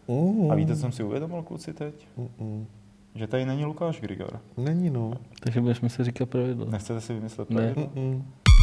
A víte, co jsem si uvědomil, kluci, teď? Že tady není Lukáš Grigor. Není, no. Takže budeme se říkat pravidlo. Nechcete si vymyslet pravidlo? Ne.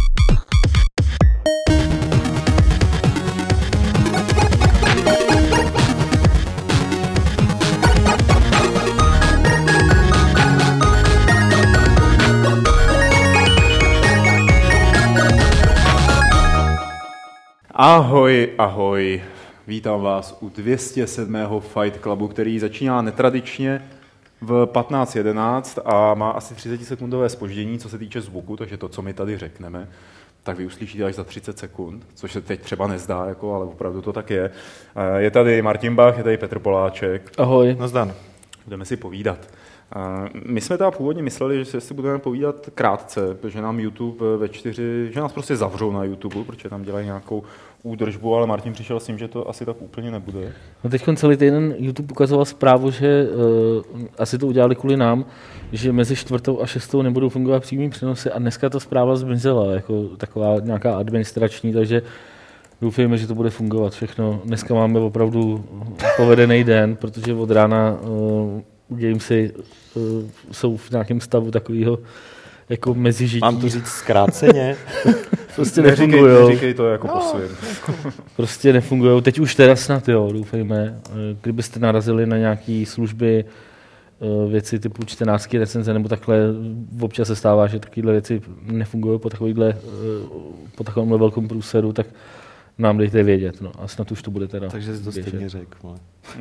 Ahoj, ahoj. Vítám vás u 207. Fight Clubu, který začíná netradičně v 15:11 a má asi 30-sekundové zpoždění, co se týče zvuku, takže to, co my tady řekneme, tak vy uslyšíte až za 30 sekund, což se teď třeba nezdá, ale opravdu to tak je. Je tady Martin Bach, je tady Petr Poláček. Ahoj. Nazdar. Budeme si povídat. My jsme teda původně mysleli, že si budeme povídat krátce, protože nám YouTube ve 4, že nás prostě zavřou na YouTube, protože tam dělají nějakou údržbu, ale Martin přišel s tím, že to asi tak úplně nebude. No teď celý týden YouTube ukazoval zprávu, že asi to udělali kvůli nám, že mezi 4. a 6. nebudou fungovat přímý přenosy a dneska ta zpráva zmizela, jako taková nějaká administrační, takže doufejme, že to bude fungovat všechno. Dneska máme opravdu povedený den, protože od rána Gamesy jsou v nějakém stavu takového jako mezižití. Mám to říct zkráceně. Prostě nefungujou. Neříkej to jako po svým. Prostě nefungujou. Teď už teda snad, jo, doufejme. Kdybyste narazili na nějaké služby, věci typu čtenářské recenze nebo takhle, občas se stává, že takovéhle věci nefungují po takovémhle velkém průseru, tak nám dejte vědět, no. A snad už to bude teda. Takže jsi to stejně řekl.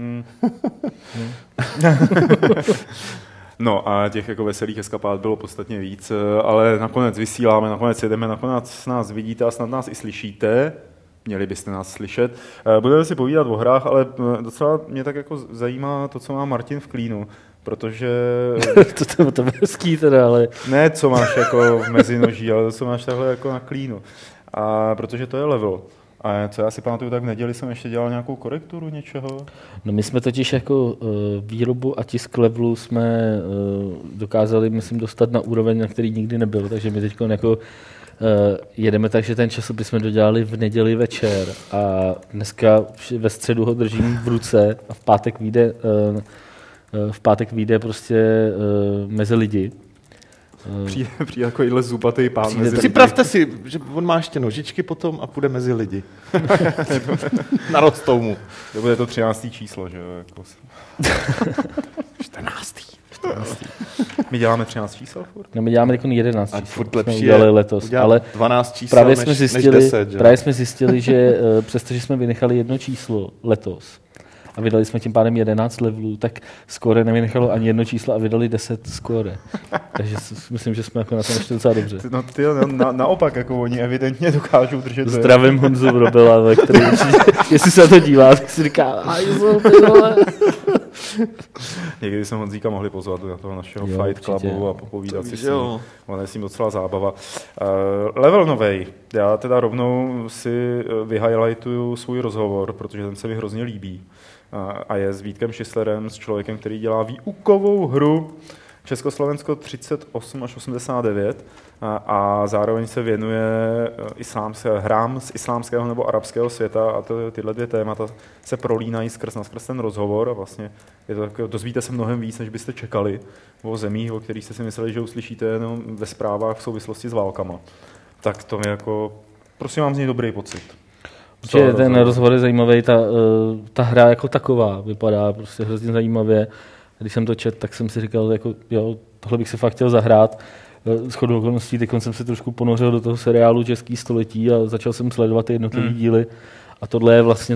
No a těch jako veselých eskapád bylo podstatně víc, ale nakonec vysíláme, nakonec jedeme, nakonec nás vidíte a snad nás i slyšíte. Měli byste nás slyšet. Budeme si povídat o hrách, ale docela mě tak jako zajímá to, co má Martin v klínu, protože... to je hezký teda, ale... Ne, co máš jako v mezinoží, ale to, co máš takhle jako na klínu. A protože to je level. A co já si pamatuju, tak v neděli jsem ještě dělal nějakou korekturu něčeho. No my jsme totiž jako výrobu a tisk levelu jsme dokázali, myslím, dostat na úroveň, na který nikdy nebyl, takže my teď jako jedeme tak, že ten časopis jsme dodělali v neděli večer a dneska ve středu ho držím v ruce a v pátek vyjde prostě mezi lidi. Přijde takovýhle zubatý pán mezi lidi. Připravte si, že on má ještě nožičky potom a půjde mezi lidi. Narostou mu. To bude to 13. číslo, že jo? Jako... 14. My děláme 13 čísel furt? No my děláme jako 11 čísel. A furt lepší je letos, ale 12 čísel právě než 10. Jsme zjistili, že přestože jsme vynechali jedno číslo letos, a vydali jsme tím pádem 11 levelů, tak skóre nevynechalo ani jedno číslo a vydali 10 skóre. Takže myslím, že jsme jako na tom ještě docela dobře. No ty naopak, jako oni evidentně dokážou držet. Zdravím Honzu Vrobela, který jestli se na to dívá, tak si říká, ty vole. Někdy jsme Honzíka mohli pozvat na toho našeho Fight Clubu a popovídat si s ním. Ona je s ním docela zábava. Level novej. Já teda rovnou si vyhighlightuju svůj rozhovor, protože ten se mi hrozně líbí. A je s Vítkem Šislerem, s člověkem, který dělá výukovou hru Československo 38 až 89 a zároveň se věnuje hrám z islámského nebo arabského světa a tyhle dvě témata se prolínají skrz ten rozhovor a vlastně je to tak, dozvíte se mnohem víc, než byste čekali o zemích, o kterých jste si mysleli, že uslyšíte jenom ve zprávách v souvislosti s válkama. Tak to mi jako, prosím vám z něj dobrý pocit. Určitě ten rozhovor je zajímavý, ta hra jako taková vypadá prostě hrozně zajímavě. Když jsem to četl, tak jsem si říkal, jako, jo, tohle bych se fakt chtěl zahrát. Shodou okolností, teď jsem se trošku ponořil do toho seriálu Český století a začal jsem sledovat ty jednotlivé díly. A tohle je vlastně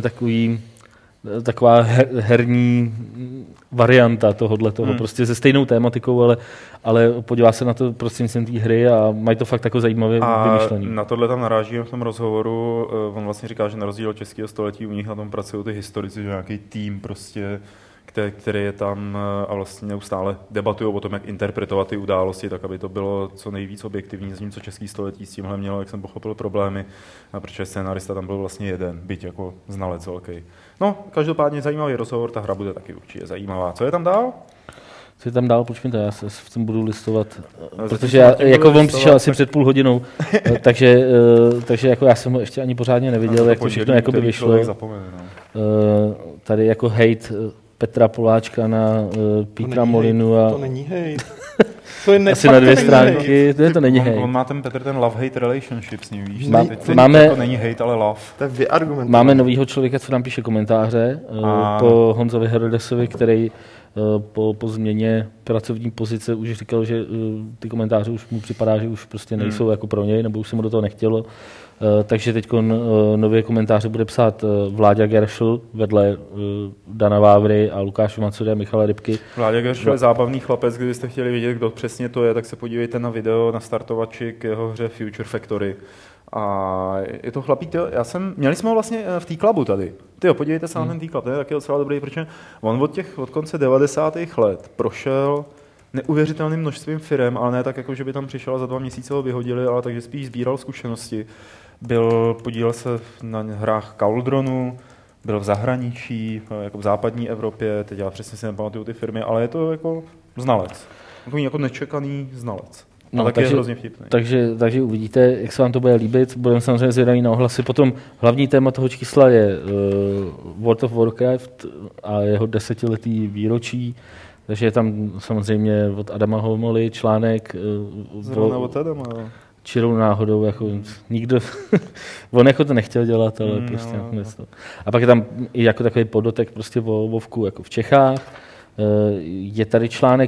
taková herní varianta tohoto, prostě se stejnou tématikou, ale podívá se na to prostřednictvím té hry a mají to fakt jako zajímavě vymyšlený. Na tohle tam narážíme v tom rozhovoru. On vlastně říká, že na rozdíl od Českého století u nich na tom pracují ty historici, že nějaký tým prostě, který je tam a vlastně neustále debatují o tom, jak interpretovat ty události, tak aby to bylo co nejvíc objektivní, zatímco Český století s tímhle mělo, jak jsem pochopil, problémy, a protože scénárista tam byl vlastně jeden, byť jako znalec velký. No, každopádně zajímavý rozhovor, ta hra bude taky určitě zajímavá. Co je tam dál? Co je tam dál, počkejte, já se v tom budu listovat, protože já, jako on přišel asi před půl hodinou, takže jako já jsem ho ještě ani pořádně neviděl, jak to všechno jakoby vyšlo. Zapomene, no. tady jako hejt Petra Poláčka na Petra Molinu. To není hejt. To je asi na 2 stránky, to není hejt. On má ten Petr ten love-hate relationship s ním, víš? To není hate, ale love. To je vyargumentované. Máme novýho člověka, co nám píše komentáře po Honzovi Herodesovi, který po změně pracovní pozice už říkal, že ty komentáře už mu připadá, že už prostě nejsou jako pro něj, nebo už se mu do toho nechtělo. Takže teď nové komentáře bude psát Vláďa Geršl vedle Dana Vávry a Lukáše Macury a Michala Rybky. Vláďa Geršl je zábavný chlapec, kdybyste chtěli vidět, kdo přesně to je, tak se podívejte na video na startovači k jeho hře Future Factory. A je to chlapík, měli jsme ho vlastně v T-Clubu tady. Podívejte se na ten T-Club, to je taky docela dobrý, protože on od konce 90. let prošel neuvěřitelným množstvím firem, ale ne tak, jako, že by tam přišel a za 2 měsíce ho vyhodili, ale takže spíš sbíral zkušenosti. Podílel se na hrách Cauldronu, byl v zahraničí, jako v západní Evropě, teď já přesně si nepamatuju ty firmy, ale je to jako znalec. Jako nečekaný znalec. No, takže je hrozně vtipný. Takže uvidíte, jak se vám to bude líbit. Budeme samozřejmě zvědaví na ohlasy. Potom hlavní téma toho čísla je World of Warcraft a jeho 10letý výročí. Takže je tam samozřejmě od Adama Homoly článek. Zrovna od Adama, jo. Čirou náhodou, jako nikdo, on jako to nechtěl dělat, ale prostě nakonec to. A pak je tam i jako takový podotek prostě o Vovku jako v Čechách. Je tady článek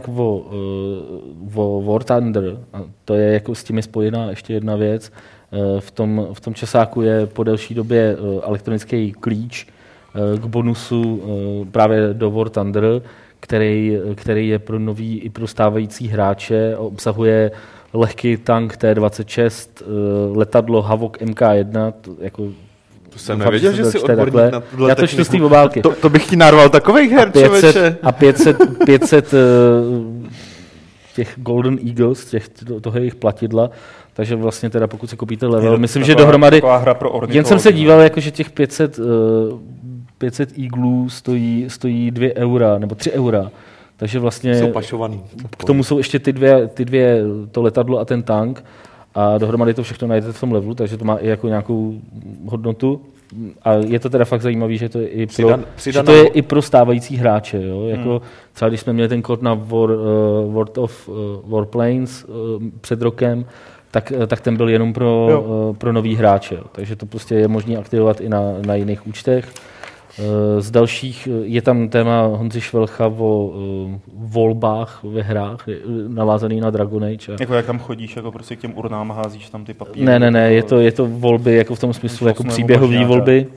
o War Thunder, a to je jako s tím je spojená ještě jedna věc. V tom časáku je po delší době elektronický klíč k bonusu právě do War Thunder, který je pro nový i pro stávající hráče, obsahuje lehký tank T-26, letadlo Havok MK1, to jsem nevěděl, že jsi odborník na tuhle já to čtu z té obálky. To bych ti narval takových her, člověče. A 500 těch Golden Eagles, toho jejich platidla, takže vlastně teda pokud se koupíte level, myslím, že dohromady, jen jsem se díval, jako, že těch 500 Eaglů stojí 2 eura, nebo 3 eura. Takže vlastně jsou pašovaný. K tomu jsou ještě ty dvě, to letadlo a ten tank a dohromady to všechno najdete v tom levelu, takže to má i jako nějakou hodnotu a je to teda fakt zajímavý, že to je i pro stávající hráče, jo? Jako třeba když jsme měli ten kód na World of Warplanes před rokem, tak ten byl jenom pro nový hráče, takže to prostě je možné aktivovat i na jiných účtech. Z dalších je tam téma Honzy Švelcha o volbách ve hrách, navázaný na Dragon Age. Jako jak tam chodíš, jako prostě k těm urnám házíš tam ty papíry? Ne, je to volby jako v tom smyslu, jako příběhové volby.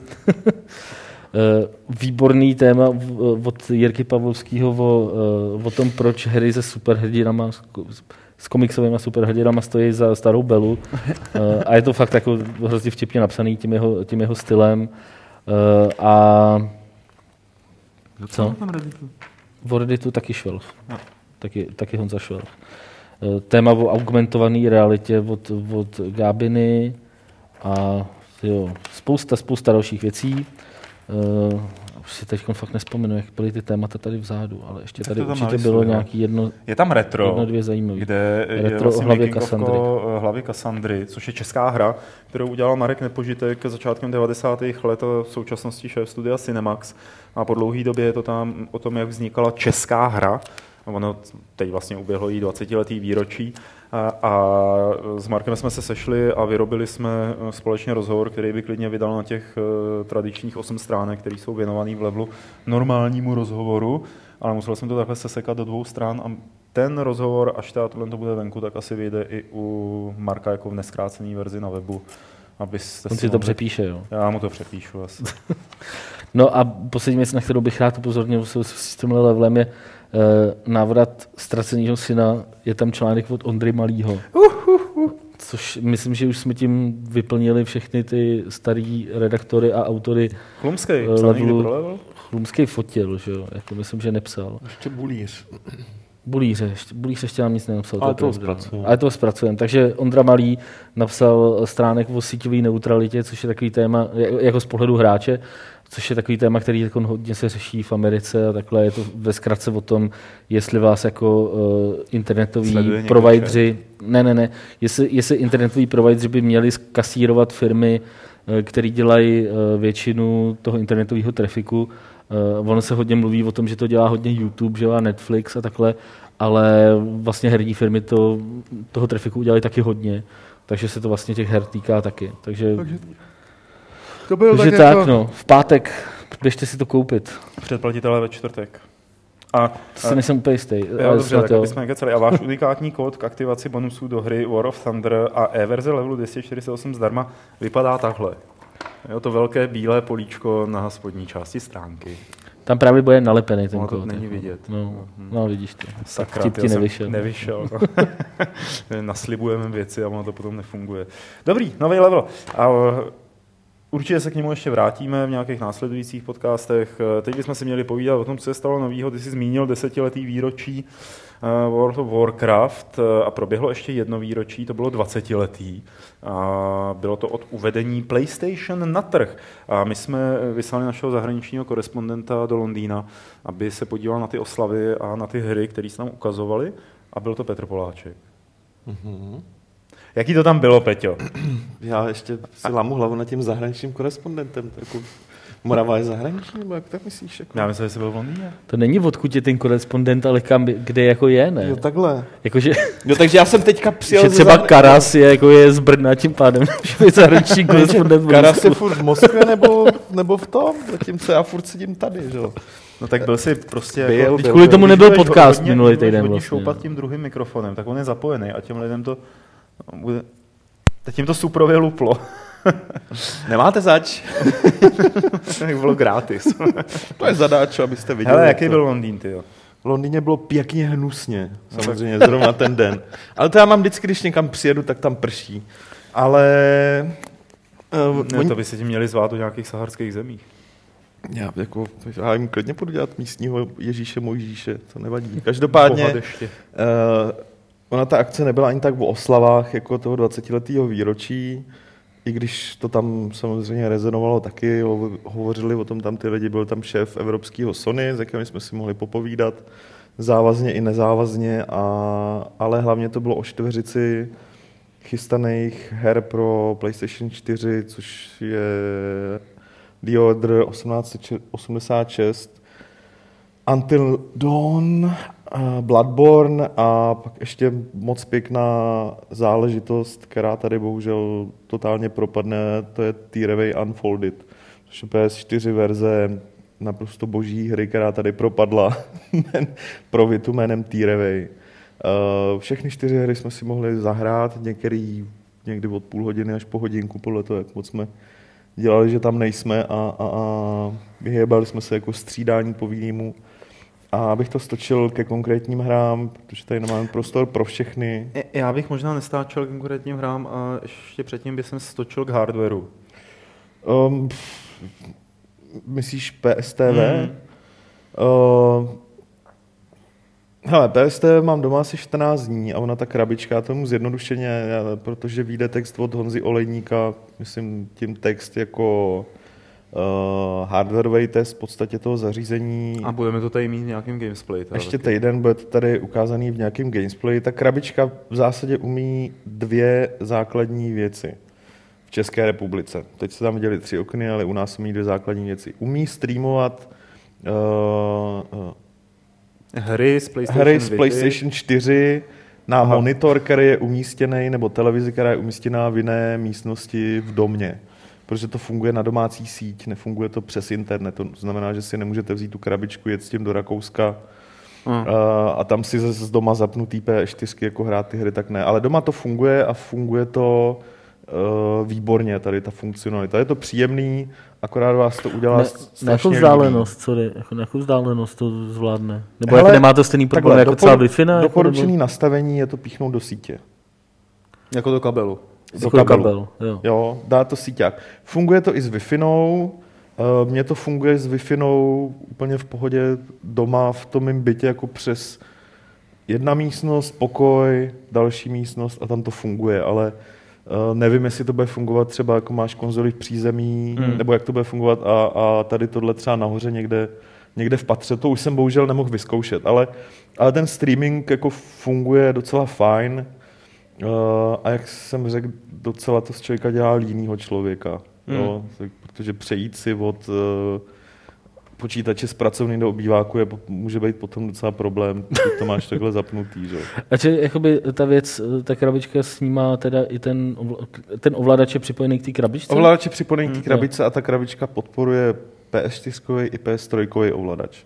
Výborný téma od Jirky Pavlovského o tom, proč hry se superhrdinama, s komiksovými superhrdinama stojí za starou Belu. A je to fakt jako hrozně vtipně napsaný tím jeho stylem. A co? V Redditu taky Švelch. Taky Honza Švelch. Téma o augmentované realitě od Gábiny a spousta dalších věcí. Už si teď fakt nespomenu, jak byly ty témata tady vzadu, ale ještě tady určitě bylo nějaký je tam retro, 2 zajímavé. Kde je vlastně hlavy Kassandry, což je česká hra, kterou udělal Marek Nepožitek začátkem 90. let a v současnosti šéf studia Cinemax. A po dlouhé době je to tam o tom, jak vznikala česká hra. Ono teď vlastně uběhlo jí 20letý výročí a s Markem jsme se sešli a vyrobili jsme společně rozhovor, který by klidně vydal na těch tradičních 8 stránek, které jsou věnovaný v levelu normálnímu rozhovoru, ale musel jsem to takhle sesekat do 2 stran a ten rozhovor, až tohle to bude venku, tak asi vyjde i u Marka jako v neskrácené verzi na webu. On si to přepíše, jo? Já mu to přepíšu asi. No a poslední věc, na kterou bych rád upozornil s tímhle levelem, je návrat ztraceného syna. Je tam článek od Ondry Malýho. Což myslím, že už jsme tím vyplnili všechny ty starý redaktory a autory. Chlumský Chlumský fotil, že jo? Jako myslím, že nepsal. Ještě Bulíř. Bulíř ještě nám nic nenapsal. Ale to zpracujeme. Takže Ondra Malý napsal stránek o síťové neutralitě, což je takový téma, jako z pohledu hráče, což je takový téma, který hodně se řeší v Americe a takhle. Je to ve zkratce o tom, jestli vás jako internetoví provideři, jestli internetoví provideři by měli kasírovat firmy který dělají většinu toho internetového trafiku. Ono se hodně mluví o tom, že to dělá hodně YouTube, že a Netflix a takhle, ale vlastně herní firmy toho trafiku udělají taky hodně, takže se to vlastně těch her týká taky. Takže to bylo takže tak jako... no, v pátek běžte si to koupit. Předplatitelé ve čtvrtek. A si nejsem úplně jistý. Dobře, tak abychom nekecali. A váš unikátní kód k aktivaci bonusů do hry War of Thunder a e-verze levelu 248 zdarma vypadá takhle. Je to velké bílé políčko na spodní části stránky. Tam právě bude nalepený ten kód. To není vidět. No vidíš to. Sakra, Vtip ti nevyšel. Nevyšel. Naslibujeme věci a ono to potom nefunguje. Dobrý, nový level. A určitě se k němu ještě vrátíme v nějakých následujících podcastech. Teď bychom si měli povídat o tom, co se stalo novýho. Ty jsi zmínil 10letý výročí World of Warcraft a proběhlo ještě jedno výročí, to bylo 20letý. A bylo to od uvedení PlayStation na trh. A my jsme vyslali našeho zahraničního korespondenta do Londýna, aby se podíval na ty oslavy a na ty hry, které se nám ukazovaly. A byl to Petr Poláček. Mm-hmm. Jaký to tam bylo, Peťo? Já ještě si lámu hlavu nad tím zahraničním korespondentem. Jako Morava je zahraniční, nebo jak tak myslíš? Jako? Já myslím, že jsi byl v Londýně. To není odkud je ten korespondent, ale kam, kde jako je, ne? Jo, takhle. Jakože, jo, takže já jsem teďka přijel... Že třeba Karas je z Brna, tím pádem, že je zahraniční korespondent. Karas je furt v Moskvě nebo v tom, zatímco já furt sedím tady, že jo. No tak byl si prostě... Kvůli tomu nebyl podcast minulý týden vlastně. Šoupat tím druhým mikrofonem, tak on je zapojený a těm lidem to bude... Teď jim to suprově luplo. Nemáte zač? Tak bylo gratis. To je zadáč, abyste viděli. Hele, jaký byl Londýn, ty jo? V Londýně bylo pěkně hnusně, samozřejmě, zrovna ten den. Ale to já mám vždycky, když někam přijedu, tak tam prší. Ale... To by se ti měli zvát do nějakých saharských zemí. Já jim klidně budu dělat místního Ježíše Mojžíše, to nevadí. Každopádně, ona ta akce nebyla ani tak o oslavách jako toho 20letého výročí, i když to tam samozřejmě rezonovalo taky, hovořili o tom tam ty lidi, byl tam šéf evropského Sony, s jakým jsme si mohli popovídat, závazně i nezávazně, ale hlavně to bylo o čtveřici chystaných her pro PlayStation 4, což je The Order 1886, Until Dawn, Bloodborne a pak ještě moc pěkná záležitost, která tady bohužel totálně propadne, to je Tearaway Unfolded, což je PS4 verze naprosto boží hry, která tady propadla pro Vitu jménem Tearaway. Všechny 4 hry jsme si mohli zahrát, některý někdy od půl hodiny až po hodinku, podle toho, jak moc jsme dělali, že tam nejsme a vyhýbali jsme se jako střídání povinnému. A abych to stočil ke konkrétním hrám, protože tady nemám prostor pro všechny. Já bych možná nestáčel k konkrétním hrám a ještě předtím bych jsem stočil k hardwareu. Myslíš PSTV? Hele, PSTV mám doma asi 14 dní a ona ta krabička, tomu zjednodušeně, protože vyjde text od Honzy Olejníka, myslím tím text jako hardwareový test v podstatě toho zařízení. A budeme to tady mít v nějakém gamesplay. Ještě týden bude to tady ukázaný v nějakém gamesplay. Ta krabička v zásadě umí 2 základní věci v České republice. Teď se tam viděli 3 okny, ale u nás umí 2 základní věci. Umí streamovat hry z PlayStation 4 na monitor, který je umístěný, nebo televizi, která je umístěná v jiné místnosti v domě. Protože to funguje na domácí síť, nefunguje to přes internet. To znamená, že si nemůžete vzít tu krabičku, jet s tím do Rakouska a tam si z doma zapnutý P4 jako hrát ty hry, tak ne. Ale doma to funguje a funguje to výborně, tady ta funkcionalita. Je to příjemný, akorát vás to udělá na jakou vzdálenost, na jakou vzdálenost to zvládne? Nebo jak nemá to stejný problém jako celá Wi-Fi? Doporučený nastavení je to píchnout do sítě. Jako do kabelu. Do kabelu. Jo, dá to síťák. Funguje to i s Wi-Fi, mně to funguje s Wi-Fi úplně v pohodě doma v tom mým bytě jako přes jedna místnost, pokoj, další místnost a tam to funguje, ale nevím, jestli to bude fungovat třeba jako máš konzoli v přízemí, nebo jak to bude fungovat a tady tohle třeba nahoře někde v patře, to už jsem bohužel nemohl vyzkoušet, ale ten streaming jako funguje docela fajn a jak jsem řekl, docela to z člověka dělá jinýho člověka. Jo? Protože přejít si od počítače z pracovny do obýváku může být potom docela problém, když to máš takhle zapnutý. Že? A či jakoby ta věc, ta krabička snímá teda i ten ovladač je připojený k té krabičce? Ovladač je připojený k té krabičce a ta krabička podporuje PS4 i PS3 ovladač.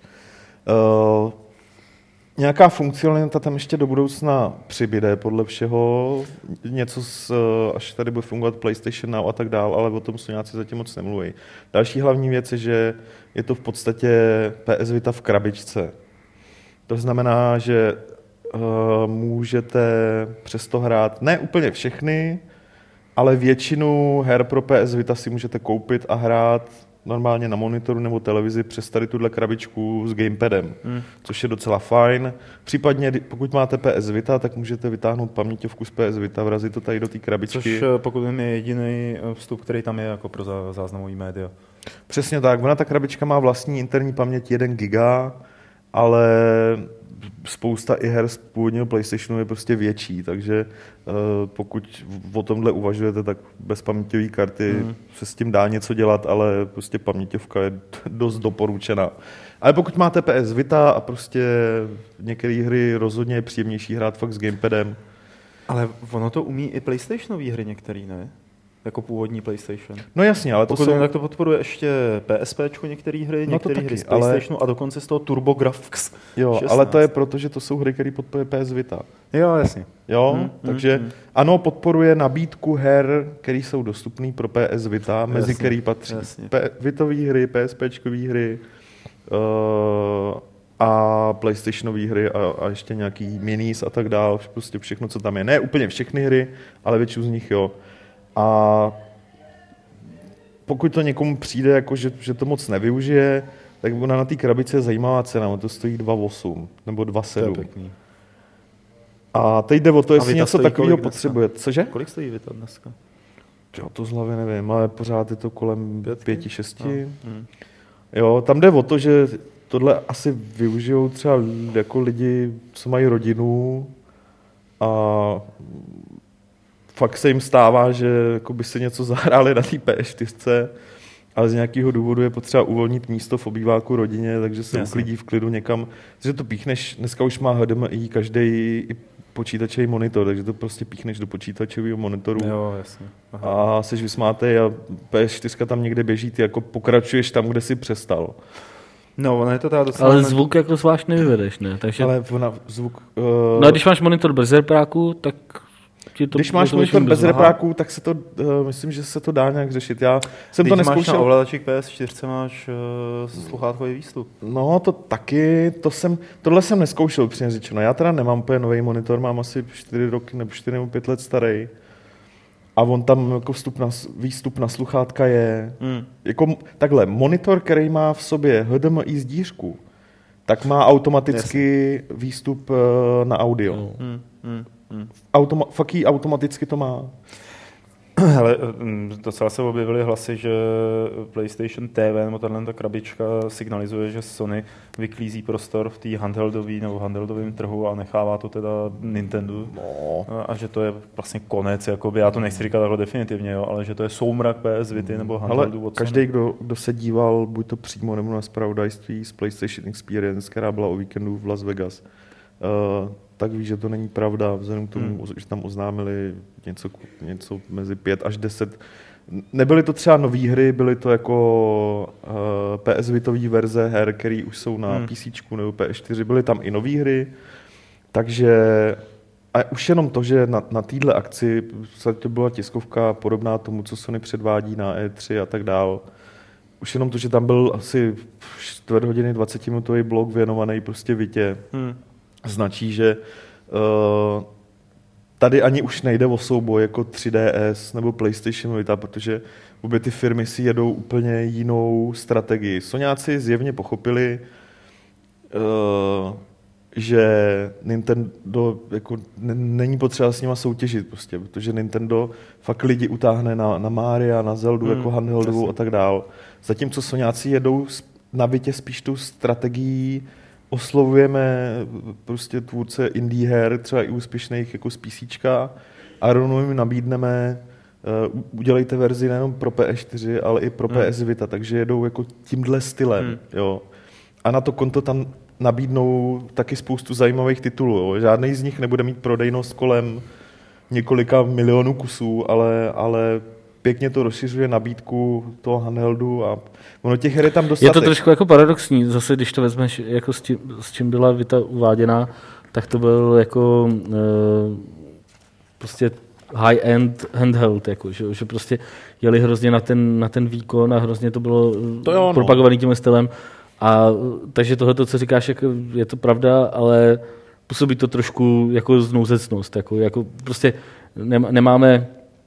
Nějaká funkcionalita tam ještě do budoucna přibyde podle všeho. Něco, až tady bude fungovat PlayStation Now a tak dál, ale o tom Soňáci zatím moc nemluví. Další hlavní věc je, že je to v podstatě PS Vita v krabičce. To znamená, že můžete přesto hrát ne úplně všechny, ale většinu her pro PS Vita si můžete koupit a hrát normálně na monitoru nebo televizi přes tady tuhle krabičku s gamepadem, což je docela fajn. Případně, pokud máte PS Vita, tak můžete vytáhnout paměťovku z PS Vita, vrazit to tady do té krabičky. Což pokud je jediný vstup, který tam je jako pro záznamový média. Přesně tak. Ona ta krabička má vlastní interní paměť 1 giga, ale spousta i her z původního PlayStationu je prostě větší, takže pokud o tomhle uvažujete, tak bez paměťové karty se s tím dá něco dělat, ale prostě paměťovka je dost doporučená. Ale pokud máte PS Vita a prostě některé hry rozhodně je příjemnější hrát fakt s gamepadem. Ale ono to umí i PlayStationové hry některý, ne? Jako původní PlayStation. No jasně, ale pokud tak to podporuje ještě PSPčko některé hry, některé hry z PlayStationu a dokonce z toho TurboGrafx. Jo, 16. Ale to je proto, že to jsou hry, které podporuje PS Vita. Jo, jasně. Jo, takže ano, podporuje nabídku her, které jsou dostupné pro PS Vita, mezi které patří Vitové hry, PSPčkové hry a PlayStationové hry a ještě nějaký minis a tak dál, prostě všechno, co tam je. Ne úplně všechny hry, ale většinu z nich jo. A pokud to někomu přijde, jako že to moc nevyužije, tak ona na té krabici je zajímavá cena, to stojí 2,8 nebo 2,7. A teď jde o to, jestli něco takového potřebuje. Cože? Kolik stojí Vita dneska? Jo, to z hlavy nevím, ale pořád je to kolem 5-6. Jo, tam jde o to, že tohle asi využijou třeba jako lidi, co mají rodinu a fakt se jim stává, že jako by si něco zahráli na té PS4, ale z nějakého důvodu je potřeba uvolnit místo v obýváku rodině, takže se uklidí v klidu někam. Takže to píchneš, dneska už má HDMI každý počítačový monitor, takže to prostě píchneš do počítačového monitoru. Jo, jasně. A seš vysmátej a PS4 tam někde běží, ty jako pokračuješ tam, kde jsi přestal. No, ono je to teda docela... Ale zvuk jako zvlášť nevyvedeš, ne? Takže... Ale ona zvuk... No a když máš monitor bez repráku, tak... Když máš monitor bez repráků, tak se to, myslím, že se to dá nějak řešit. Já jsem to neskoušel. Když máš na ovladači PS4, máš sluchátkový výstup. No, to taky, tohle jsem neskoušel, přímě řečeno. Já teda nemám úplně nový monitor, mám asi 4 roky nebo 4 nebo 5 let starý. A on tam jako výstup na sluchátka je. Jako takhle, monitor, který má v sobě HDMI zdířku, tak má automaticky výstup na audio. Fakt automaticky to má. Hele, docela se objevily hlasy, že PlayStation TV nebo tato krabička signalizuje, že Sony vyklízí prostor v té handheldové nebo handheldovém trhu a nechává to teda Nintendo. No. A že to je vlastně konec, jakoby, já to nechci říkat takhle definitivně, jo, ale že to je soumrak PS Vity nebo handheldu od Sony. Každý, kdo se díval buď to přímo nebo na zpravodajství z PlayStation Experience, která byla o víkendu v Las Vegas, tak ví, že to není pravda, vzhledem k tomu, že tam oznámili něco mezi 5 až 10. Nebyly to třeba nové hry, byly to jako PS Vitové verze her, které už jsou na PC nebo PS4, byly tam i nové hry, takže a už jenom to, že na téhle akci to byla tiskovka podobná tomu, co Sony předvádí na E3 a tak dál. Už jenom to, že tam byl asi 4 hodiny 20-minutový blok věnovaný prostě Vitě, značí, že tady ani už nejde o souboj jako 3DS nebo PlayStation Vita, protože obě ty firmy si jedou úplně jinou strategii. Soňáci zjevně pochopili, že Nintendo jako není potřeba s nima soutěžit, prostě, protože Nintendo fakt lidi utáhne na Maria, na Zeldu jako handheldovou a tak dál. Zatímco Soňáci jedou na Vitě spíš tu strategii, oslovujeme prostě tvůrce indie her, třeba i úspěšných jako z PCčka a rovnou jim nabídneme udělejte verzi nejenom pro PS4, ale i pro PS Vita, takže jedou jako tímhle stylem, jo. A na to konto tam nabídnou taky spoustu zajímavých titulů, jo. Žádnej z nich nebude mít prodejnost kolem několika milionů kusů, ale pěkně to rozšiřuje nabídku toho handheldu a ono těch her je tam dostatek. Je to trošku jako paradoxní, zase když to vezmeš jako s čím byla Vita uváděná, tak to byl jako prostě high-end handheld, jako, že prostě jeli hrozně na ten výkon a hrozně to bylo propagovaný tím stylem. A takže tohle, co říkáš, je to pravda, ale působí to trošku jako znouzecnost. Jako prostě nemáme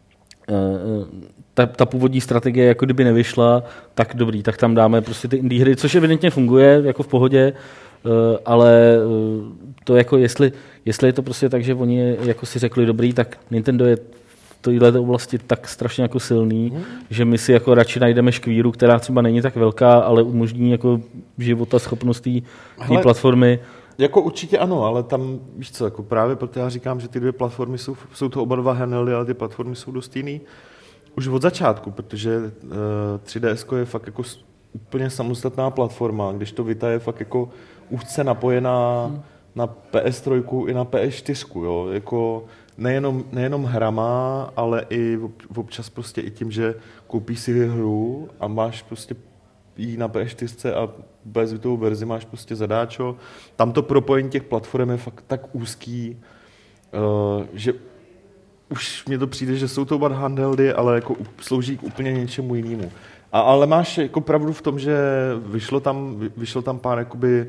ta původní strategie, jako kdyby nevyšla, tak dobrý, tak tam dáme prostě ty indie hry, což evidentně funguje, jako v pohodě, ale to jako jestli je to prostě tak, že oni jako si řekli dobrý, tak Nintendo je v této oblasti tak strašně jako silný, že my si jako radši najdeme škvíru, která třeba není tak velká, ale umožní jako života schopnost té platformy. Jako určitě ano, ale tam, víš co, jako právě proto já říkám, že ty dvě platformy jsou to oba dva handheldy, ale ty platformy jsou dost jiný už od začátku, protože 3DS je fakt jako úplně samostatná platforma, když to Vita je fakt jako úzce napojená na PS3 i na PS4, jo, jako nejenom hrama, ale i občas prostě i tím, že koupíš si hru a máš prostě jí na PS4 a bez Vitovou verzi máš prostě zadáčo. Tam to propojení těch platform je fakt tak úzký, že už mně to přijde, že jsou to oba handheldy, ale jako slouží k úplně něčemu jinému. Ale máš jako pravdu v tom, že vyšlo tam pár jakoby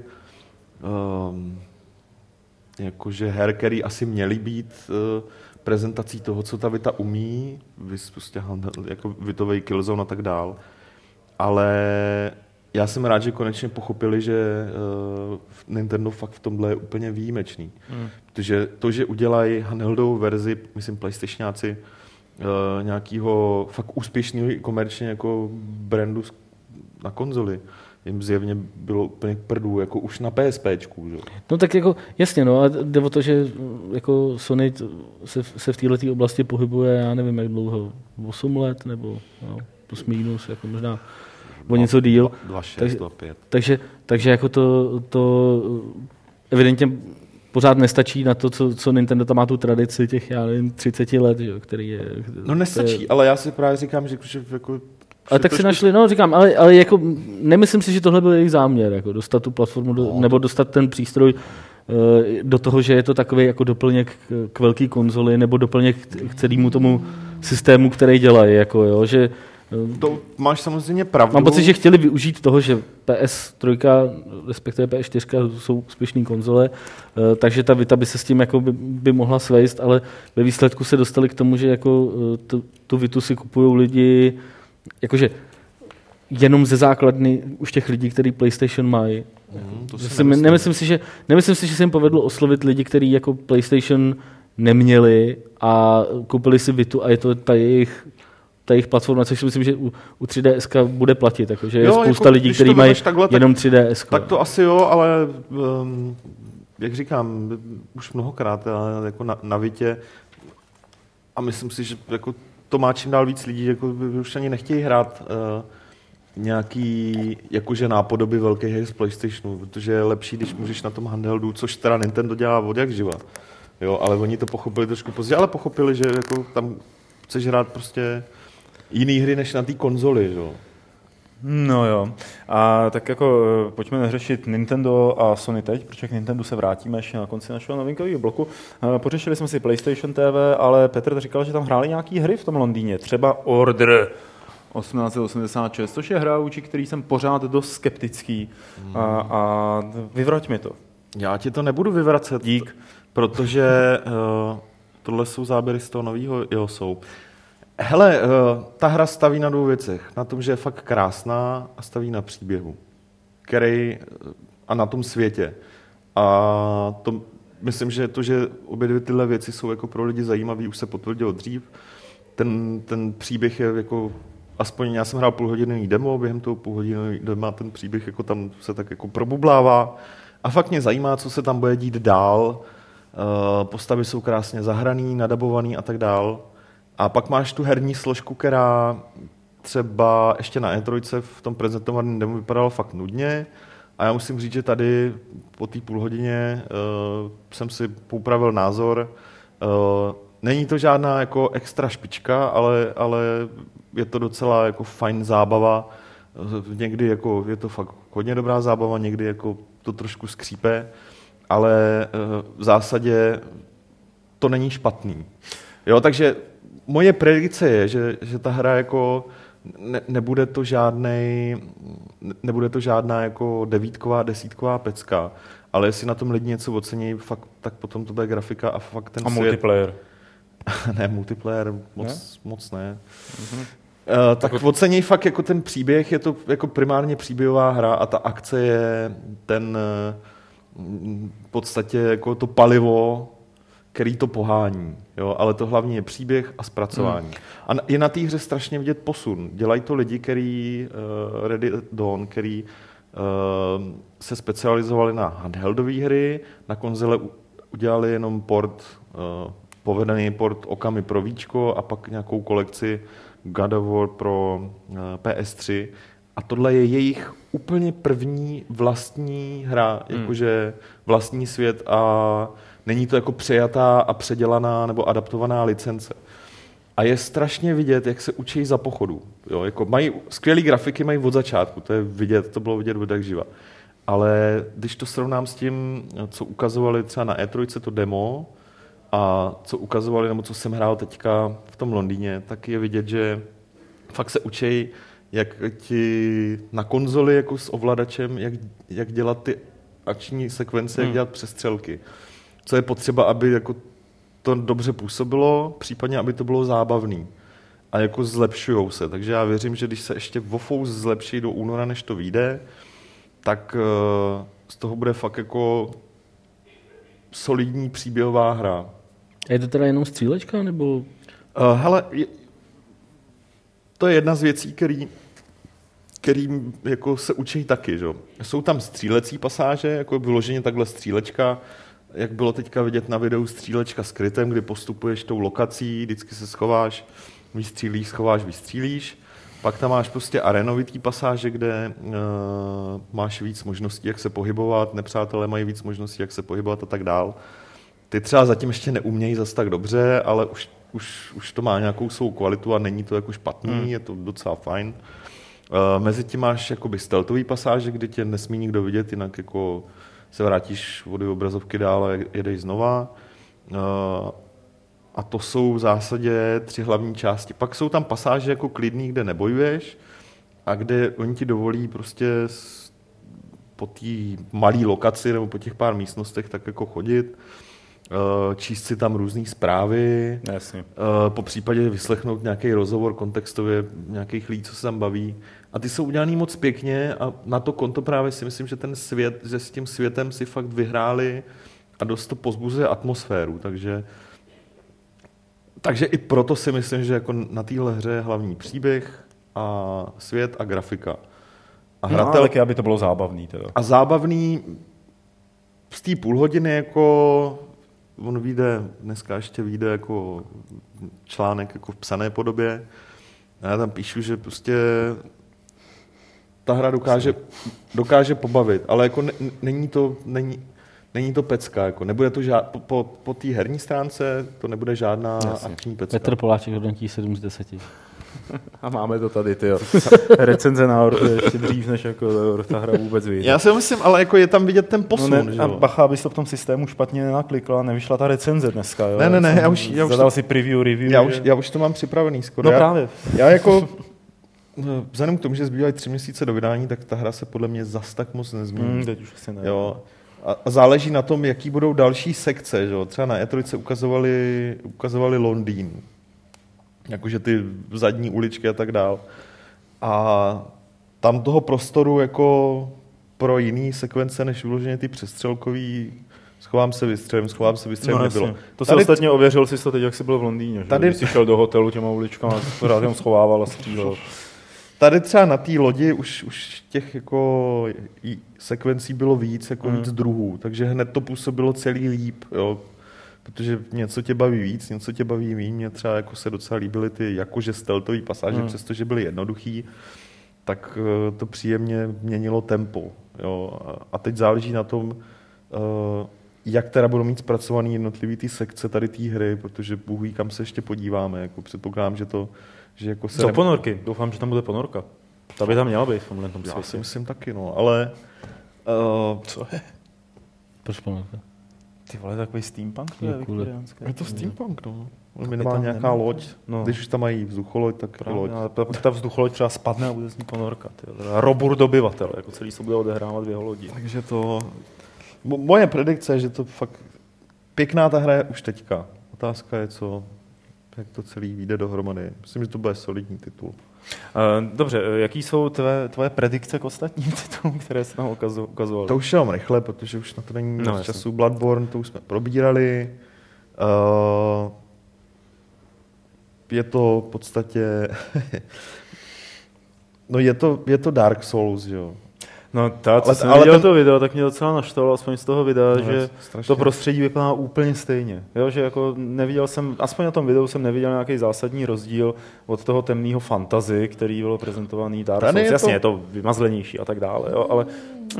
jakože her, který asi měly být prezentací toho, co ta Vita umí, prostě jako Vitovej Killzone a tak dál. Ale já jsem rád, že konečně pochopili, že Nintendo fakt v tomhle je úplně výjimečný. Protože to, že udělají handheldovou verzi, myslím PlayStationáci, nějakého fakt úspěšného komerčně jako brandu na konzoli, jim zjevně bylo úplně k prdu, jako už na PSPčku. Že? No tak jako jasně, no a jde o to, že jako Sony se v této oblasti pohybuje, já nevím jak dlouho, 8 let nebo plus minus, jako možná o něco díl. 2,6, 2,5. Takže jako to evidentně pořád nestačí na to, co Nintendo tam má tu tradici těch, já nevím, 30 let, že, který je... No nestačí, ale já si právě říkám, že jako... Ale tak si našli, no říkám, ale jako nemyslím si, že tohle byl jejich záměr, jako dostat tu platformu, nebo dostat ten přístroj do toho, že je to takový jako doplněk k velký konzoli, nebo doplněk k celému tomu systému, který dělají, jako jo, že... To máš samozřejmě pravdu. Mám pocit, že chtěli využít toho, že PS3, respektive PS4 jsou úspěšné konzole, takže ta Vita by se s tím jako by mohla svést, ale ve výsledku se dostali k tomu, že jako tu Vitu si kupují lidi, jakože jenom ze základny už těch lidí, kteří PlayStation mají. Nemyslím si, že se jim povedlo oslovit lidi, kteří jako PlayStation neměli a koupili si Vitu a je to ta jejich platforma, což si myslím, že u 3DS bude platit, takže je spousta lidí, kteří mají jenom 3DS. Tak to asi jo, ale jak říkám, už mnohokrát jako na Vitě a myslím si, že jako to má čím dál víc lidí, jako už ani nechtějí hrát nějaký jakože nápodoby velkých her z PlayStationu, protože je lepší, když můžeš na tom handheldu, což teda Nintendo dělá od jak živa. Jo, ale oni to pochopili trošku pozdě, ale pochopili, že jako tam chceš hrát prostě jiný hry než na té konzoli, jo. No jo. A tak jako pojďme neřešit Nintendo a Sony teď, protože k Nintendo se vrátíme ještě na konci našeho novinkového bloku. Pořešili jsme si PlayStation TV, ale Petr říkal, že tam hráli nějaký hry v tom Londýně, třeba Order 1886, což je hra, vůči který jsem pořád dost skeptický. A vyvrať mi to. Já ti to nebudu vyvracet. Dík. Protože tohle jsou záběry z toho nového iOSu. Hele, ta hra staví na dvou věcech. Na tom, že je fakt krásná a staví na příběhu. A na tom světě. A to, myslím, že to, že obě dvě tyhle věci jsou jako pro lidi zajímavý, už se potvrdilo dřív. Ten příběh je jako, aspoň já jsem hrál půlhodinový demo, během toho půlhodinový demo ten příběh jako tam se tak jako probublává. A fakt mě zajímá, co se tam bude dít dál. Postavy jsou krásně zahraný, nadabovaný a tak dál. A pak máš tu herní složku, která třeba ještě na E3 v tom prezentovaném demo vypadala fakt nudně. A já musím říct, že tady po té půl hodině jsem si poupravil názor. Není to žádná jako extra špička, ale je to docela jako fajn zábava. Někdy jako je to fakt hodně dobrá zábava, někdy jako to trošku skřípe, ale v zásadě to není špatný. Jo, takže moje predikce je, že ta hra jako nebude to žádná jako 9ková, 10ková pecka, ale jestli na tom lidi něco ocení, fakt, tak potom to bude grafika a fakt ten svět. A multiplayer? Ne, multiplayer moc ne. Mm-hmm. Tak ocení fakt jako ten příběh, je to jako primárně příběhová hra a ta akce je ten v podstatě jako to palivo, který to pohání. Jo? Ale to hlavně je příběh a zpracování. A je na té hře strašně vidět posun. Dělají to lidi, který Ready at Dawn, který se specializovali na handheldové hry, na konzole udělali jenom povedený port Okami pro Víčko a pak nějakou kolekci God of War pro PS3. A tohle je jejich úplně první vlastní hra, jakože vlastní svět a není to jako přejatá a předělaná nebo adaptovaná licence. A je strašně vidět, jak se učí za pochodu. Jo, jako mají skvělé grafiky, mají od začátku, to je vidět, to bylo vidět od jak živa. Ale když to srovnám s tím, co ukazovali třeba na E3 to demo a co ukazovali, nebo co jsem hrál teďka v tom Londýně, tak je vidět, že fakt se učí, jak ti na konzoli jako s ovladačem, jak dělat ty akční sekvence, jak dělat přestřelky. Co je potřeba, aby jako to dobře působilo, případně aby to bylo zábavný. A jako zlepšujou se. Takže já věřím, že když se ještě Wofous zlepší do února, než to vyjde, tak z toho bude fakt jako solidní příběhová hra. A je to teda jenom střílečka, nebo? Hele, to je jedna z věcí, kterým jako se učí taky. Že? Jsou tam střílecí pasáže, jako vyloženě takhle střílečka, jak bylo teďka vidět na videu střílečka s krytem, kdy postupuješ tou lokací, vždycky se schováš, vystřílíš, schováš, vystřílíš. Pak tam máš prostě arenovitý pasáže, kde máš víc možností, jak se pohybovat, nepřátelé mají víc možností, jak se pohybovat a tak dál. Ty třeba zatím ještě neumějí zas tak dobře, ale už to má nějakou svou kvalitu a není to jako špatný, je to docela fajn. Mezi tím máš jakoby stealthový pasáže, kde tě nesmí nikdo vidět, jinak jako se vrátíš od obrazovky dál a jedeš znova. A to jsou v zásadě 3 hlavní části. Pak jsou tam pasáže jako klidný, kde nebojuješ a kde oni ti dovolí prostě po té malé lokaci nebo po těch pár místnostech tak jako chodit, číst si tam různý zprávy, po případě vyslechnout nějaký rozhovor kontextově nějakých lidí, co se tam baví. A ty jsou udělaný moc pěkně a na to konto právě si myslím, že ten svět, že s tím světem si fakt vyhráli a dost to pozbuzuje atmosféru. Takže i proto si myslím, že jako na téhle hře je hlavní příběh a svět a grafika. A hratel, taky, aby to bylo zábavný. Teda. A zábavný z té půl hodiny jako on dneska ještě vyjde jako článek jako v psané podobě. A já tam píšu, že prostě ta hra dokáže pobavit, ale jako není to pecka, jako nebude to po té herní stránce to nebude žádná akční pecka. Petr Poláček hodnotí 7 z 10. A máme to tady, tyjo. Recenze na Orto ještě dřív, než jako ta hra vůbec vyjde. Já si myslím, ale jako je tam vidět ten posun. No a bacha, abys to v tom systému špatně nenaklikl a nevyšla ta recenze dneska. Jo? Ne, já už zadal si review. Já už to mám připravený skoro. No právě. Já jako vzhledem k tomu, že zbývají 3 měsíce do vydání, tak ta hra se podle mě zas tak moc nezmění. Teď už asi ne. Jo. A záleží na tom, jaký budou další sekce. Že? Třeba na E3 ukazovali Londýn. Jakože ty zadní uličky a tak dál. A tam toho prostoru jako pro jiný sekvence, než vyloženě ty přestřelkový schovám se, vystřelím, nebylo. To se ostatně ověřil si to teď, jak jsi byl v Londýně. Tady... Když jsi šel do hotelu těma uličkama, rád jenom schovával a střílel. Tady třeba na té lodi už těch jako sekvencí bylo víc, jako víc druhů, takže hned to působilo celý líp. Jo. protože něco tě baví víc, něco tě baví méně. Mě třeba jako se docela líbily ty jakože stealthový pasáže, přestože byly jednoduchý, tak to příjemně měnilo tempo. Jo? A teď záleží na tom, jak teda budou mít zpracovaný jednotlivý ty sekce tady té hry, protože Bůh ví, kam se ještě podíváme. Jako předpokládám, že jako se... Do ponorky. Doufám, že tam bude ponorka. Ta by tam měla být v tomhle světě. Já si myslím taky, no, ale... Co je? Proč ponorka? Ty vole, takový steampunk? Je to steampunk, no. Minimálně nějaká loď. No. Když už tam mají vzducholoď, tak právě, loď. Ta vzducholoď třeba spadne a bude z ní ponorka. Robur dobyvatel, jako celý se bude odehrávat v jeho lodi. Takže to... Moje predikce je, že to fakt... Pěkná ta hra je už teďka. Otázka je, jak to celý vyjde dohromady. Myslím, že to bude solidní titul. Dobře, jaký jsou tvoje predikce k ostatním titulům, které se nám ukazovaly? To už jenom rychle, protože už na to není moc času. Bloodborne, to už jsme probírali. Je to v podstatě... no je to Dark Souls, jo. No co jsem viděl to video, tak mě docela naštvalo, aspoň z toho videa, že strašně. To prostředí vypadá úplně stejně. Jo, že jako neviděl jsem, aspoň na tom videu jsem neviděl nějaký zásadní rozdíl od toho temného fantasy, který bylo prezentovaný Dark Souls. Jasně, je to vymazlenější a tak dále, jo, ale...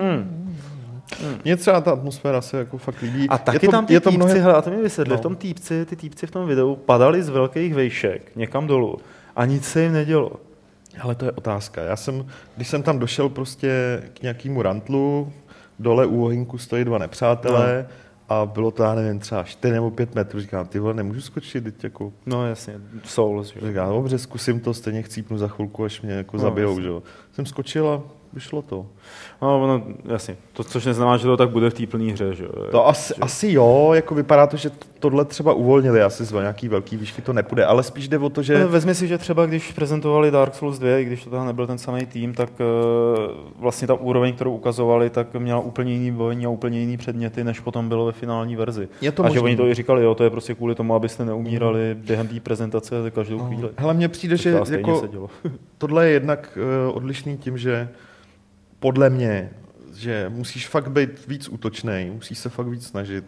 Mně třeba ta atmosféra se jako fakt líbí. A taky tam ty týpci, a to mi vysvětli, v tom ty týpci v tom videu padali z velkých vejšek někam dolů a nic se jim nedělo. Ale to je otázka. Když jsem tam došel prostě k nějakému rantlu, dole u ohýnku stojí 2 nepřátelé a bylo to, já nevím, třeba 4 nebo 5 metrů. Říkám, ty vole, nemůžu skočit, teď jako... No jasně, Souls. Říkám, dobře, zkusím to, stejně chcípnu za chvilku, až mě jako zabijou, že jo. Jsem skočil a vyšlo to. No, jasně, to, což neznamená, že to tak bude v té plné hře, že jo. To asi jo, jako vypadá to, že tohle třeba uvolnili, asi z nějaký velký výšky to nepůjde, ale spíš jde o to, že... Vezmi si, že třeba když prezentovali Dark Souls 2, i když to tam nebyl ten samý tým, tak vlastně ta úroveň, kterou ukazovali, tak měla úplně jiný bojní a úplně jiný předměty, než potom bylo ve finální verzi. A že oni to i říkali, jo, to je prostě kvůli tomu, abyste neumírali během té prezentace za každou chvíli. Hele, mně přijde, že jako tohle je jednak odlišný tím, že podle mě, že musíš fakt být víc útočnej, musíš se fakt víc snažit.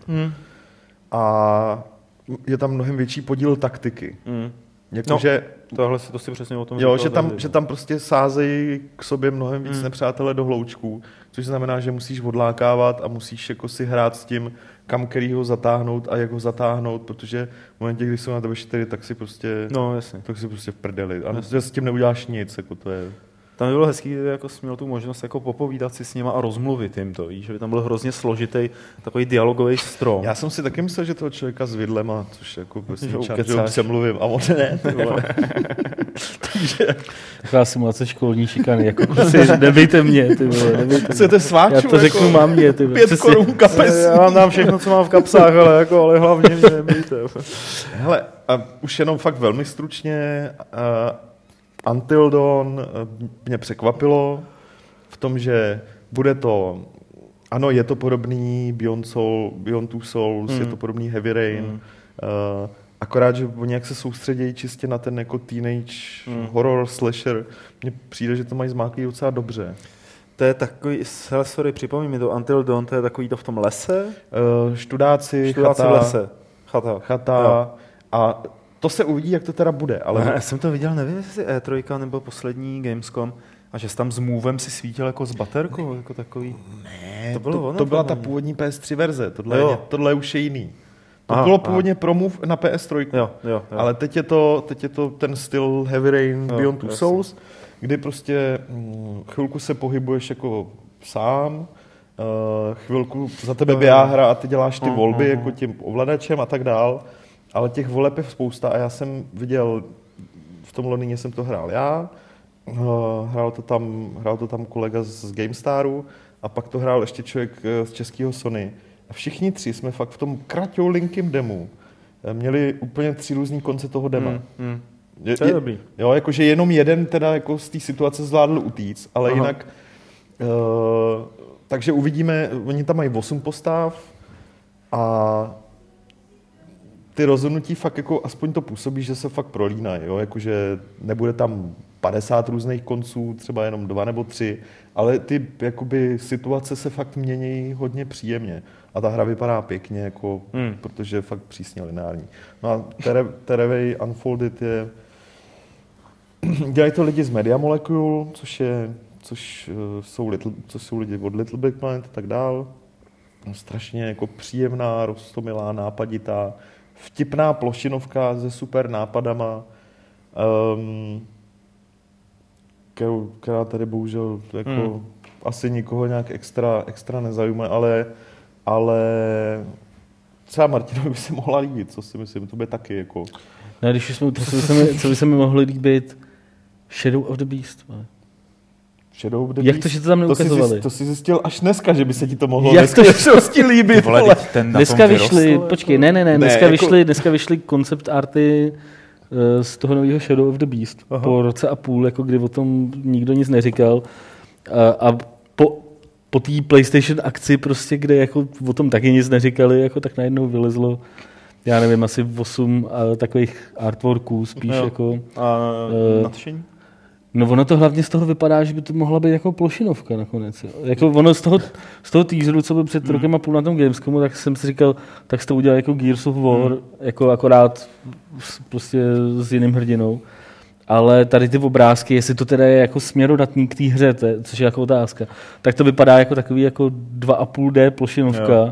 A je tam mnohem větší podíl taktiky. Že to si přesně o tom jo, že tam prostě sázejí k sobě mnohem víc nepřátelé do hloučků, což znamená, že musíš odlákávat a musíš jako si hrát s tím, kam kterýho zatáhnout a jak ho zatáhnout, protože v momentě, kdy jsou na tebe 4, tak si prostě v prdeli. A s tím neuděláš nic, jako to je... Tam by bylo hezký, kdyby jako jsi měl tu možnost jako popovídat si s nima a rozmluvit jim to, víš? Že by tam byl hrozně složitý takový dialogový strom. Já jsem si taky myslel, že toho člověka s vidlema, což jako prostě přemluvím a on ne. Taková simulace školní šikany, jako nebejte mě, ty vole, nebejte mě. Chcete sváču? Já to řeknu mámě, ty vole. 5 korun kapes. Já vám dám všechno, co mám v kapsách, ale hlavně mě nebejte. Hele, a už jenom fakt velmi stručně, Until Dawn mě překvapilo v tom, že bude to, ano, je to podobný Beyond Two Souls, je to podobný Heavy Rain, akorát, že oni jak se soustředějí čistě na ten jako teenage horror slasher, mně přijde, že to mají zmáklý docela dobře. To je takový, sorry, připomeň mi to, Until Dawn, to je takový to v tom lese? Študáci v lese. Chata. A to se uvidí, jak to teda bude. Ale já jsem to viděl, nevím, jestli E3 nebo poslední Gamescom, a že jsi tam s Movem si svítil jako s baterkou, jako takový. Ne, to byla ta původní PS3 verze, tohle už je jiný. To bylo původně pro Move na PS3, jo. Ale teď je to ten styl Heavy Rain Beyond Two Souls, kdy prostě chvilku se pohybuješ jako sám, chvilku za tebe běhá hra a ty děláš ty volby jako tím ovladačem a tak dál. Ale těch voleb je spousta a já jsem viděl, v tom Londýně jsem to hrál já, hrál to tam kolega z GameStaru a pak to hrál ještě člověk z českého Sony. A všichni 3 jsme fakt v tom kratoulínkým demu měli úplně 3 různý konce toho dema. To je dobrý. Jo, jakože jenom jeden teda jako z té situace zvládl utíct, ale jinak... takže uvidíme, oni tam mají 8 postav a ty rozhodnutí fakt jako aspoň to působí, že se fakt prolínají, jo, jakože nebude tam 50 různých konců, třeba jenom 2 nebo 3, ale ty jakoby situace se fakt mění hodně příjemně. A ta hra vypadá pěkně, jako, protože je fakt přísně lineární. No a Terraway Unfolded je... Dělají to lidi z Media Molecule, což jsou lidi od Little Big Planet a tak dál. Strašně jako příjemná, roztomilá, nápaditá, vtipná plošinovka se super nápadama, která tady bohužel jako asi nikoho nějak extra nezajímá, ale třeba Martinovi by se mohla líbit, co si myslím, to by taky jako... Ne, když jsme, co by se mi mohlo líbit, Shadow of the Beast. Shadow of the Jak Beast? to, že to tam neukazovali? To jsi zjistil až dneska, že by se ti to mohlo líbit. Dneska vyšly, počkej, ne, dneska vyšly koncept arty z toho nového Shadow of the Beast. Aha. Po roce a půl, jako kdy o tom nikdo nic neříkal. A po té PlayStation akci, prostě, kde jako o tom taky nic neříkali, jako tak najednou vylezlo, já nevím, asi 8 takových artworků spíš. Jako, a nadšení? No ono to hlavně z toho vypadá, že by to mohla být jako plošinovka nakonec. Jo. Jako ono z toho teaseru, co byl před rokem a půl na tom Gamescomu, tak jsem si říkal, tak to udělal jako Gears of War, jako akorát prostě s jiným hrdinou. Ale tady ty obrázky, jestli to teda je jako směrodatný k té hře, což je jako otázka, tak to vypadá jako takový jako 2,5D plošinovka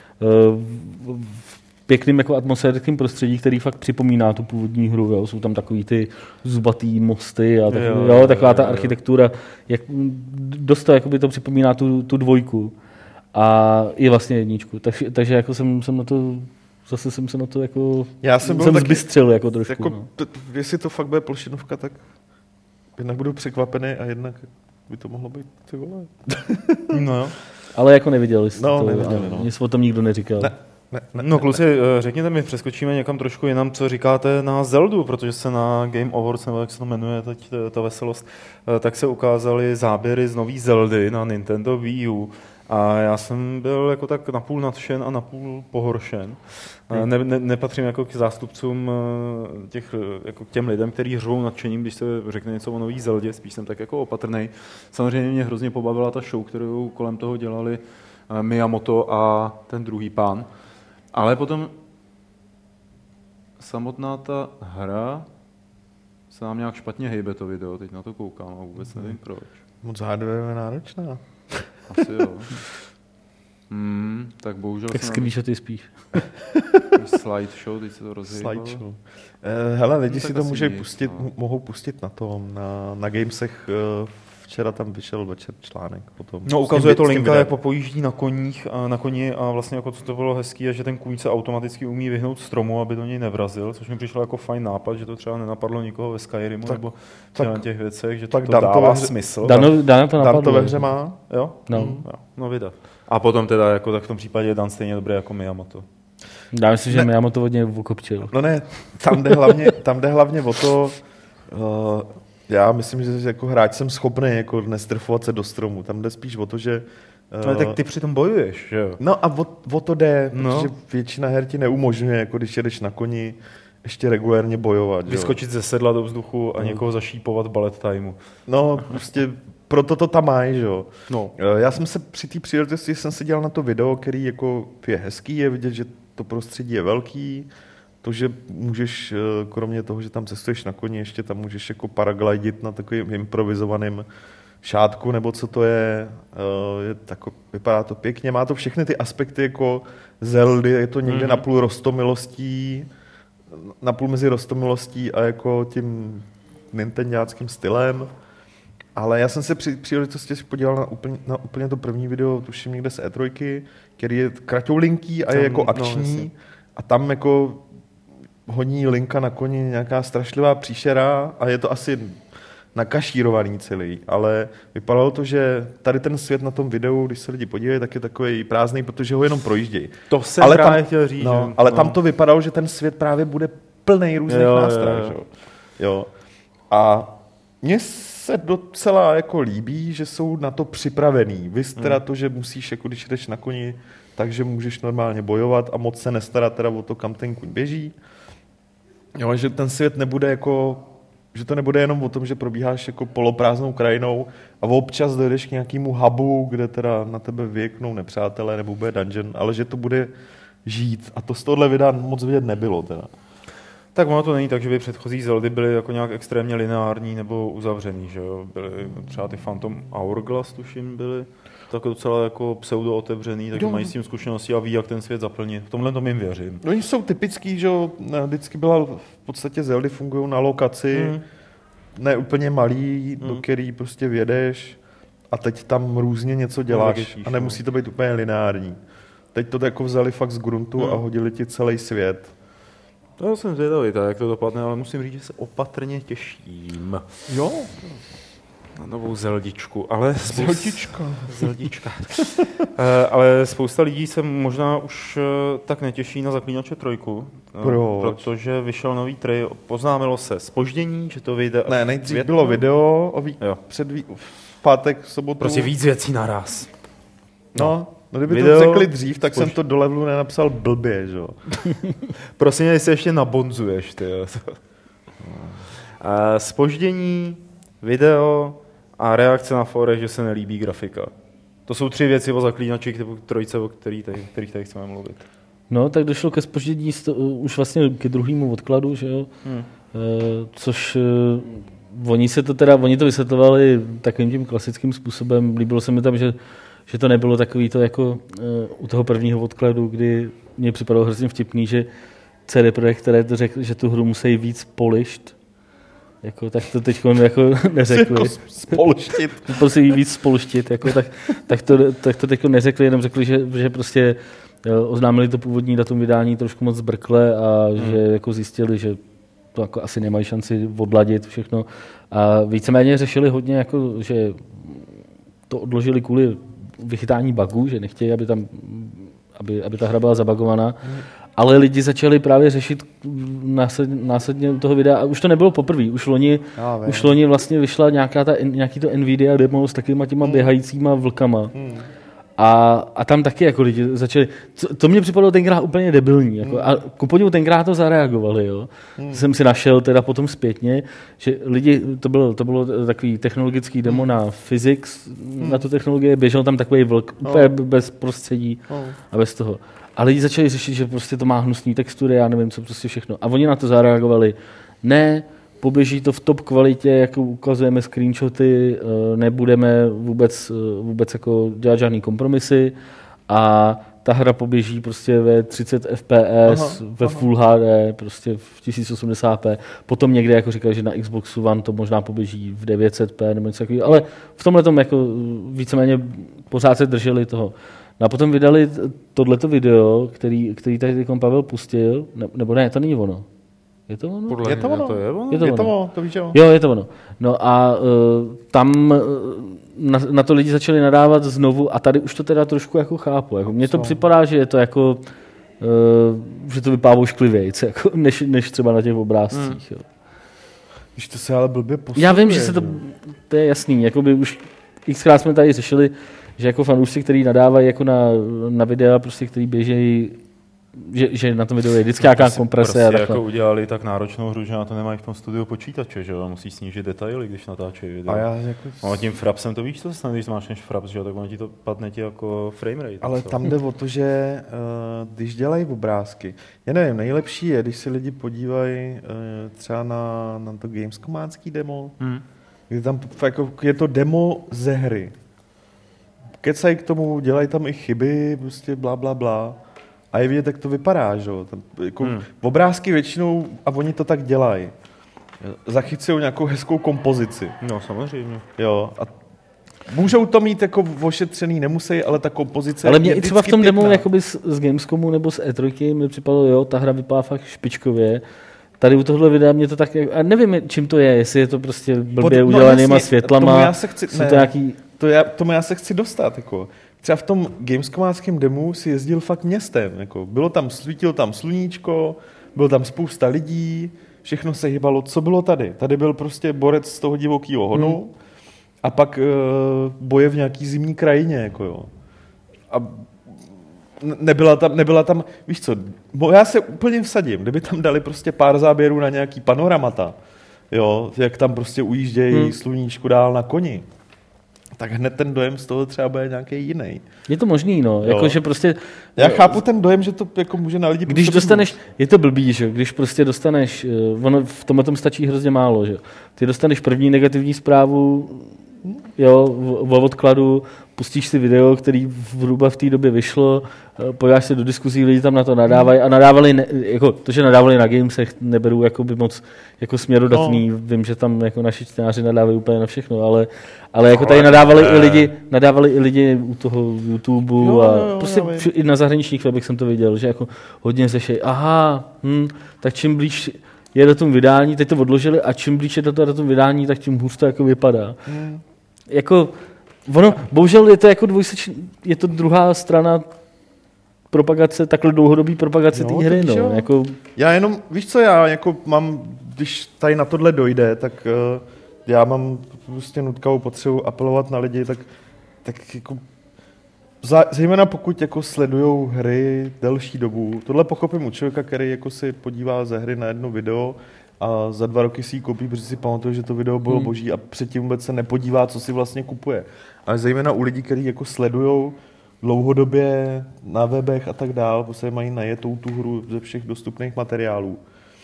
v pěkným jako atmosférickým prostředí, který fakt připomíná tu původní hru. Jo. Jsou tam takový ty zubatý mosty a taková ta architektura. Dost to, jakoby to připomíná tu dvojku a i vlastně jedničku. Takže jako jsem na to... Zase jsem se na to jako... jsem zbystřil jako trošku. Jako, no. Jestli to fakt bude plošinovka, tak jednak budu překvapený a jednak by to mohlo být ty vole. No. Ale jako neviděli jste to. Neviděli, nic o tom nikdo neříkal. Ne, kluci, řekněte mi, přeskočíme někam trošku jinam, co říkáte na Zeldu, protože se na Game Awards, nebo jak se to jmenuje teď, ta veselost, tak se ukázaly záběry z nový Zeldy na Nintendo Wii U. A já jsem byl jako tak napůl nadšen a napůl pohoršen. Nepatřím jako k zástupcům jako k těm lidem, kteří řvou nadšením, když se řekne něco o nový Zeldě, spíš jsem tak jako opatrnej. Samozřejmě mě hrozně pobavila ta show, kterou kolem toho dělali Miyamoto a ten druhý pán. Ale potom samotná ta hra se nám nějak špatně hejbe to video, teď na to koukám a vůbec nevím proč. Moc hardware náročná. Asi jo. Tak bohužel... Tak screenshoty spíš. Slideshow, teď se to rozhýbalo. Hele, lidi si to mohou pustit na tom, na Gamesech. Včera tam vyšel večer článek potom. No, ukazuje to linka, jak popojíždí na koni a vlastně jako to bylo hezký, že ten kůň se automaticky umí vyhnout stromu, aby do něj nevrazil, což mi přišlo jako fajn nápad, že to třeba nenapadlo nikoho ve Skyrimu nebo na těch věcech, že to dává smysl. Dan to ve hře má? Jo? No vydat. A potom teda, jako, tak v tom případě je Dan stejně dobrý jako Miyamoto. Já myslím, že Miyamoto hodně ukopčil. No ne, tam jde hlavně o to, já myslím, že jako hráč jsem schopný jako nestrfovat se do stromu. Tam jde spíš o to, že... No, tak ty přitom bojuješ, že jo? No a o to jde, protože většina her ti neumožňuje, jako když jedeš na koni, ještě regulérně bojovat. Vyskočit ze sedla do vzduchu a někoho zašípovat bullet timeu. No, prostě proto to tam mají, že jo? No. Já jsem se při té příležitosti jsem se dělal na to video, který jako je hezký, je vidět, že to prostředí je velký, to, že můžeš, kromě toho, že tam cestuješ na koni, ještě tam můžeš jako paraglidit na takovým improvizovaným šátku, nebo co to je vypadá to pěkně, má to všechny ty aspekty jako Zeldy, je to někde napůl roztomilostí, napůl mezi roztomilostí a jako tím nintendáckým stylem, ale já jsem se při příležitosti podíval na úplně to první video, tuším někde z E3, který je kratoulinký a je jako akční a tam jako honí Linka na koni nějaká strašlivá příšera a je to asi nakašírovaný celý, ale vypadalo to, že tady ten svět na tom videu, když se lidi podívají, tak je takový prázdný, protože ho jenom projíždějí. To jsem právě chtěl říct. Ale tam to vypadalo, že ten svět právě bude plný různých nástrojů. Jo. A mně se docela jako líbí, že jsou na to připravený. Vys teda to, že musíš, jako když jdeš na koni, takže můžeš normálně bojovat a moc se nestarat teda o to, kam ten kuň běží. Jo, že ten svět nebude jako, že to nebude jenom o tom, že probíháš jako poloprázdnou krajinou a občas dojdeš k nějakému hubu, kde teda na tebe vyjeknou nepřátelé nebo bude dungeon, ale že to bude žít. A to z tohohle videa moc vidět nebylo teda. Tak ono to není tak, že by předchozí Zeldy byly jako nějak extrémně lineární nebo uzavřený, že jo. Byly třeba ty Phantom Hourglass, tuším, byly tak docela jako pseudo otevřený, takže mají s tím zkušenosti a ví, jak ten svět zaplnit. V tomhle tomu jim věřím. Oni jsou typický, že jo, vždycky byla v podstatě Zeldy fungují na lokaci, ne úplně malý, do který prostě vjedeš a teď tam různě něco děláš a nemusí to být úplně lineární. Teď to jako vzali fakt z gruntu a hodili ti celý svět. To jsem zvědavý, tak jak to dopadne, ale musím říct, že se opatrně těším. Jo. Na novou Zeldičku, ale Zeldička. Ale spousta lidí se možná už tak netěší na Zaklínače 3. Protože vyšel nový trailer, poznámilo se zpoždění, že to vyjde. Ne, nejdřív bylo video v pátek, v sobotu. Prostě víc věcí naraz. No, kdyby video, to řekli dřív, tak jsem to do levelu nenapsal blbě, že jo. Prosím, jestli ještě nabonzuješ, ty. Zpoždění, video a reakce na fórech, že se nelíbí grafika. To jsou 3 věci o Zaklínači, 3, o kterých tady chceme mluvit. No, tak došlo ke zpoždění už vlastně ke druhému odkladu, že jo. Což oni to vysvětlovali takovým tím klasickým způsobem. Líbilo se mi tam, že to nebylo takový to jako u toho prvního odkladu, kdy mě připadalo hrozně vtipný, že CD Projekt, které to řekl, že tu hru musí víc polished, jako, tak to teď jako neřekli. Jako spolštit. Prostě víc spolštit, jako, tak to teď neřekli, jenom řekli, že prostě oznámili to původní datum vydání trošku moc zbrkle a že jako zjistili, že to jako asi nemají šanci odladit všechno. A víceméně řešili hodně, jako, že to odložili kvůli vychytání bugů, že nechtějí, aby ta hra byla zabagovaná. Ale lidi začali právě řešit následně u toho videa. A už to nebylo poprvé. Už loni vlastně vyšla nějaký to Nvidia demo s takovýma těma běhajícíma vlkama. A tam taky jako lidi začali, to mě připadalo tenkrát úplně debilní, jako, a ku podivu tenkrát to zareagovali, jo. Jsem si našel teda potom zpětně, že lidi, to bylo takový technologický demo na physics, na tu technologii, běžel tam takový vlk, úplně bez prostředí a bez toho. A lidi začali řešit, že prostě to má hnusný textury, já nevím co, prostě všechno. A oni na to zareagovali, ne, poběží to v top kvalitě, jako ukazujeme screenshoty, nebudeme vůbec jako dělat žádný kompromisy a ta hra poběží prostě ve 30 fps, ve Full HD, prostě v 1080p. Potom někde jako říkali, že na Xboxu One to možná poběží v 900p nebo něco takového, ale v tomhletom jako víceméně pořád se drželi toho. No a potom vydali tohleto video, který tady Pavel pustil, nebo ne, to není ono. Je to ono? Je to ono, to víš, jo. Jo, je to ono. No a tam na to lidi začali nadávat znovu a tady už to teda trošku jako chápu. Jako, mně to připadá, že je to jako, že to vypadá ošklivějc, jako, než třeba na těch obrázcích. Jo. Když to se ale blbě posuduje. Já vím, že se to je jasný. Jakoby už xkrát jsme tady řešili, že jako fanoušci, který nadávají jako na videa, prostě, který běžejí, že na tom videu je vždycky nějaká komprese. Prostě a takhle. Jako udělali tak náročnou hru, že na to nemají v tom studiu počítače, že jo? Musí snížit detaily, když natáčejí video. A já jako... No, tím frapsem to víš, co se stane, když máš než fraps, že jo? Tak ono ti to padne ti jako framerate. Ale tam jde o to, že když dělají obrázky, já nevím, nejlepší je, když se lidi podívají třeba na to gamescománský demo, kdy tam jako, je to demo ze hry. Kecají k tomu, dělají tam i chyby, prostě blá, blá, blá. A je vidět, jak to vypadá, že jo. Jako obrázky většinou, a oni to tak dělají. Zachycují nějakou hezkou kompozici. No, samozřejmě. Jo, a můžou to mít jako ošetřený, nemusí, ale ta kompozice ale mě i třeba v tom demo jakoby z Gamescomu nebo z E3 mi připadalo, jo, ta hra vypadá fakt špičkově. Tady u tohle videa mě to tak, a nevím, čím to je, jestli je to prostě blbě udělanýma světlama. Tomu já se chci dostat, jako. Třeba v tom gamescomáckém demu si jezdil fakt městem. Jako. Svítilo tam sluníčko, bylo tam spousta lidí, všechno se hýbalo. Co bylo tady? Tady byl prostě borec z toho divokého honu a pak boje v nějaký zimní krajině. Jako jo. A nebyla tam, víš co, já se úplně vsadím, kdyby tam dali prostě pár záběrů na nějaký panoramata, jo, jak tam prostě ujíždějí sluníčku dál na koni, tak hned ten dojem z toho třeba bude nějaký jiný. Je to možný, no, jakože prostě... Já chápu ten dojem, že to jako může na lidi... Když dostaneš, je to blbý, že když prostě dostaneš, ono v tomhle tom stačí hrozně málo, že ty dostaneš první negativní zprávu, jo, o odkladu, pustíš si video, který zhruba v té době vyšlo, podíváš se do diskuzí, lidi tam na to nadávají a nadávali, jako to, že nadávali na Gamesech, neberu jako by moc jako směrodatný, vím, že tam jako naši čtenáři nadávají úplně na všechno, ale jako tady nadávali i lidi u toho YouTubeu a prostě i na zahraničních webech jsem to viděl, že jako hodně sešej, tak čím blíž je datum vydání, teď to odložili a čím blíž je datum vydání, tak tím hůř to jako vypadá. Jako ono, bohužel je to jako je to druhá strana propagace, takhle dlouhodobý propagace té hry, no. Jako... Já jenom, víš co, já jako mám, když tady na tohle dojde, tak já mám prostě nutkavou potřebu apelovat na lidi, tak jako zejména pokud jako sledujou hry delší dobu. Tohle pochopím u člověka, který jako si podívá ze hry na jedno video a za 2 roky si ji koupí, protože si pamatuje, že to video bylo boží a předtím vůbec se nepodívá, co si vlastně kupuje. Ale zejména u lidí, kteří jako sledujou dlouhodobě na webech a tak dál, prostě mají najetou tu hru ze všech dostupných materiálů,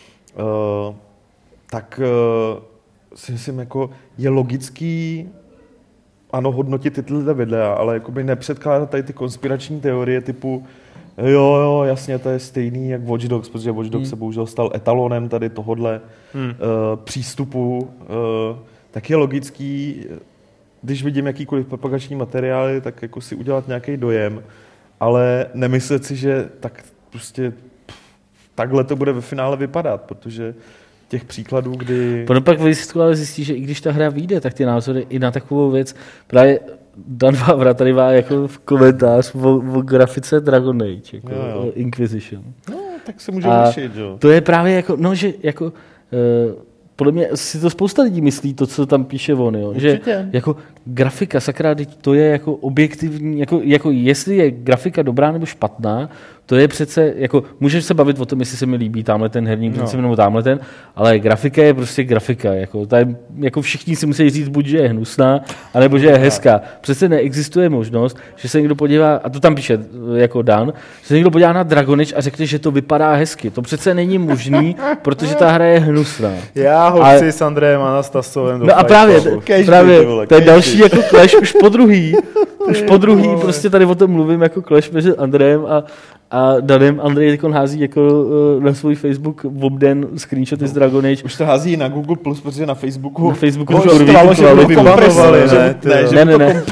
tak si myslím, jako je logický ano, hodnotit tyhle videa, ale jakoby nepředkládat tady ty konspirační teorie typu jo, jasně, to je stejný jak Watch Dogs, protože Watch Dogs se bohužel stal etalonem tady tohodle přístupu, tak je logický, když vidím jakýkoliv propagační materiály, tak jako si udělat nějaký dojem, ale nemyslet si, že tak prostě takhle to bude ve finále vypadat, protože těch příkladů, kdy... Potom pak výsledku ale zjistí, že i když ta hra vyjde, tak ty názory i na takovou věc, právě Dan Vávra tady má jako v komentář o grafice Dragon Age, jako Inquisition. No, tak se můžeme lišit, jo. To je právě jako, no, že jako... podle mě si to spousta lidí myslí, to, co tam píše on, jo? Že jako grafika, sakra, to je jako objektivní, jako jestli je grafika dobrá nebo špatná, to je přece, jako můžeš se bavit o tom, jestli se mi líbí tamhle ten herní princip nebo tamhle ten, ale grafika je prostě grafika, jako všichni si musí říct buď, že je hnusná, anebo že je hezká. Přece neexistuje možnost, že se někdo podívá, a to tam píše jako Dan, že se někdo podívá na Dragon Age a řekne, že to vypadá hezky. To přece není možný, protože ta hra je hnusná. Já ho chci s Andrejem Anastasovem do no a právě to je další jako clash už po druhý. Prostě tady o tom mluvím jako clash mezi Andrejem a Danem. Andrej teď hází jako na svůj Facebook v obden screenshoty z Dragon Age. Už to hází na Google+, protože na Facebooku už to kompresovali, že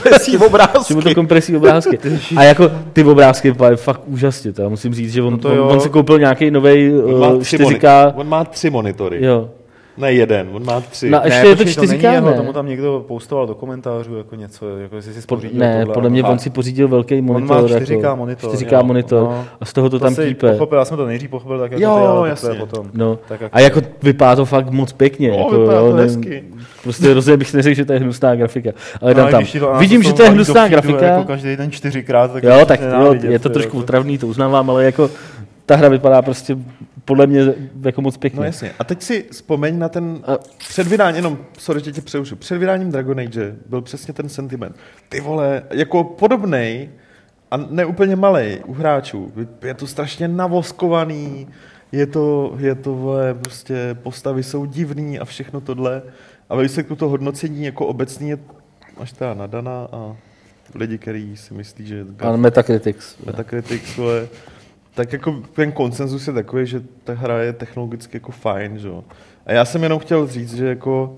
mu to kompresí obrázky. A jako ty obrázky je fakt úžasně, to já musím říct, že on si koupil nějaký novej 4K. On má 3 monitory. Jo. Ne jeden, on má 3. No, ještě je to 4K, ne? Tomu tam někdo postoval do komentářů jako něco, jako jestli si pořídil tohle. Ne, podle mě on si pořídil velký monitor. On má 4K monitor. 4K monitor a z toho to tam pípe. Pochopil, já jsem to nejdřív pochopil, tak jako jo, jasně. Potom. No. A jako vypadá to fakt moc pěkně. Vypadá to hezky. Prostě rozhodně bych neřekl, že to je hnusná grafika. Ale tam. Vidím, že to je hnusná grafika. Jako každý den 4x, tak jo, tak je to trošku otravný, to uznávám, ale jako ta hra vypadá prostě podle mě jako moc pěkně. No jasně. A teď si vzpomeň na ten předvydání, jenom, sorry, že tě přerušu, před vydáním Dragon Age byl přesně ten sentiment. Ty vole, jako podobnej a neúplně malej u hráčů. Je to strašně navoskovaný, je to vole, prostě postavy jsou divný a všechno tohle. A ve výsledku to hodnocení jako obecný je až teda na Dana a lidi, kteří si myslí, že... A Metacritics, vole, tak jako ten konsenzus je takový, že ta hra je technologicky jako fajn, že jo. A já jsem jenom chtěl říct, že jako,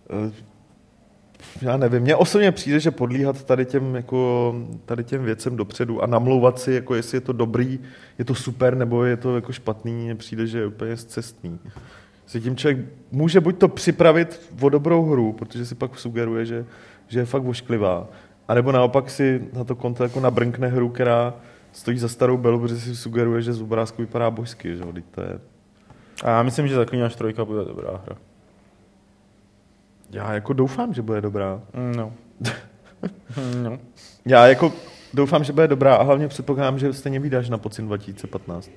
já nevím, mně osobně přijde, že podlíhat tady těm věcem dopředu a namlouvat si, jako jestli je to dobrý, je to super, nebo je to jako špatný, mně přijde, že je úplně zcestný. Si tím člověk může buď to připravit o dobrou hru, protože si pak sugeruje, že je fakt ošklivá, anebo naopak si na to konto jako nabrnkne hru, která stojí za starou belu, protože si sugeruje, že z obrázku vypadá božsky, že jo, to je... A já myslím, že Zaklínač 3 bude dobrá hra. Já jako doufám, že bude dobrá. No. Já jako Doufám, že bude dobrá a hlavně předpokládám, že stejně vydáš na podzim 2015.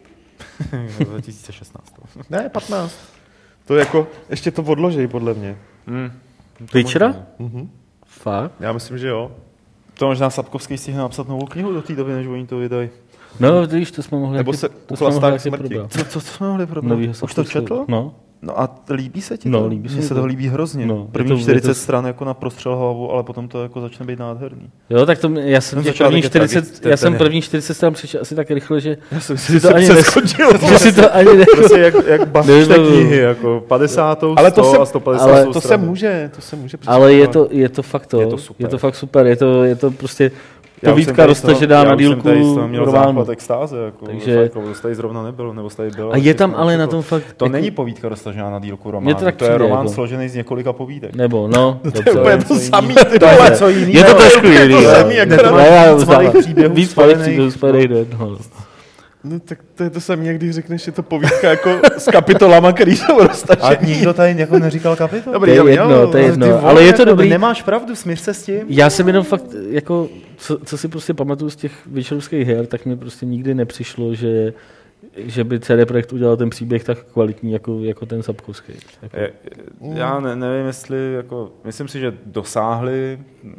2016. Ne, 15. To jako, ještě to odložej, podle mě. Witchera? Mhm. Fakt? Já myslím, že jo. To možná Sapkovský stihne napsat novou knihu do té doby, než oni to vydají. No, víš, to jsme mohli... Nebo se uchlastá k smrti. Co jsme mohli probrat? Už to četl? No. No a líbí se ti to? No, líbí se. Mně se to líbí hrozně. No, První 40 stran jako na prostřel hlavu, ale potom to jako začne být nádherný. Jo, tak to já jsem první 40 stran přečetl asi tak rychle, že si to ani neskončil. Že si to ani prostě jak bavíš té knihy, jako 50. Ale 100 a 150. Ale to se může přečetl. Ale je to fakt to. Je to fakt super. Je to prostě povídka roztažená na dílku románu. Extáze, jako takže to tady zrovna nebyl, nebo tady byl. A je tam ale na tom fakt... To není povídka roztažená na dílku románu, to je román složený z několika povídek. Nebo, no, to je úplně to samý, ty vole. Co jiný? Je to trošku jiný. To samý, z malých příběhů spojených. No tak to je to samé, jak když řekneš, že to povídka jako s kapitolama, který jsou roztažený. A nikdo tady jako neříkal kapitol. Dobrý, to je jedno, ale je to dobrý. Nemáš pravdu, smíř se s tím. Já jsem jenom fakt, jako, co si prostě pamatuju z těch Witcherovských her, tak mi prostě nikdy nepřišlo, že by CD Projekt udělal ten příběh tak kvalitní, jako ten Sapkovský. Jako. Já nevím, jestli, jako, myslím si, že dosáhli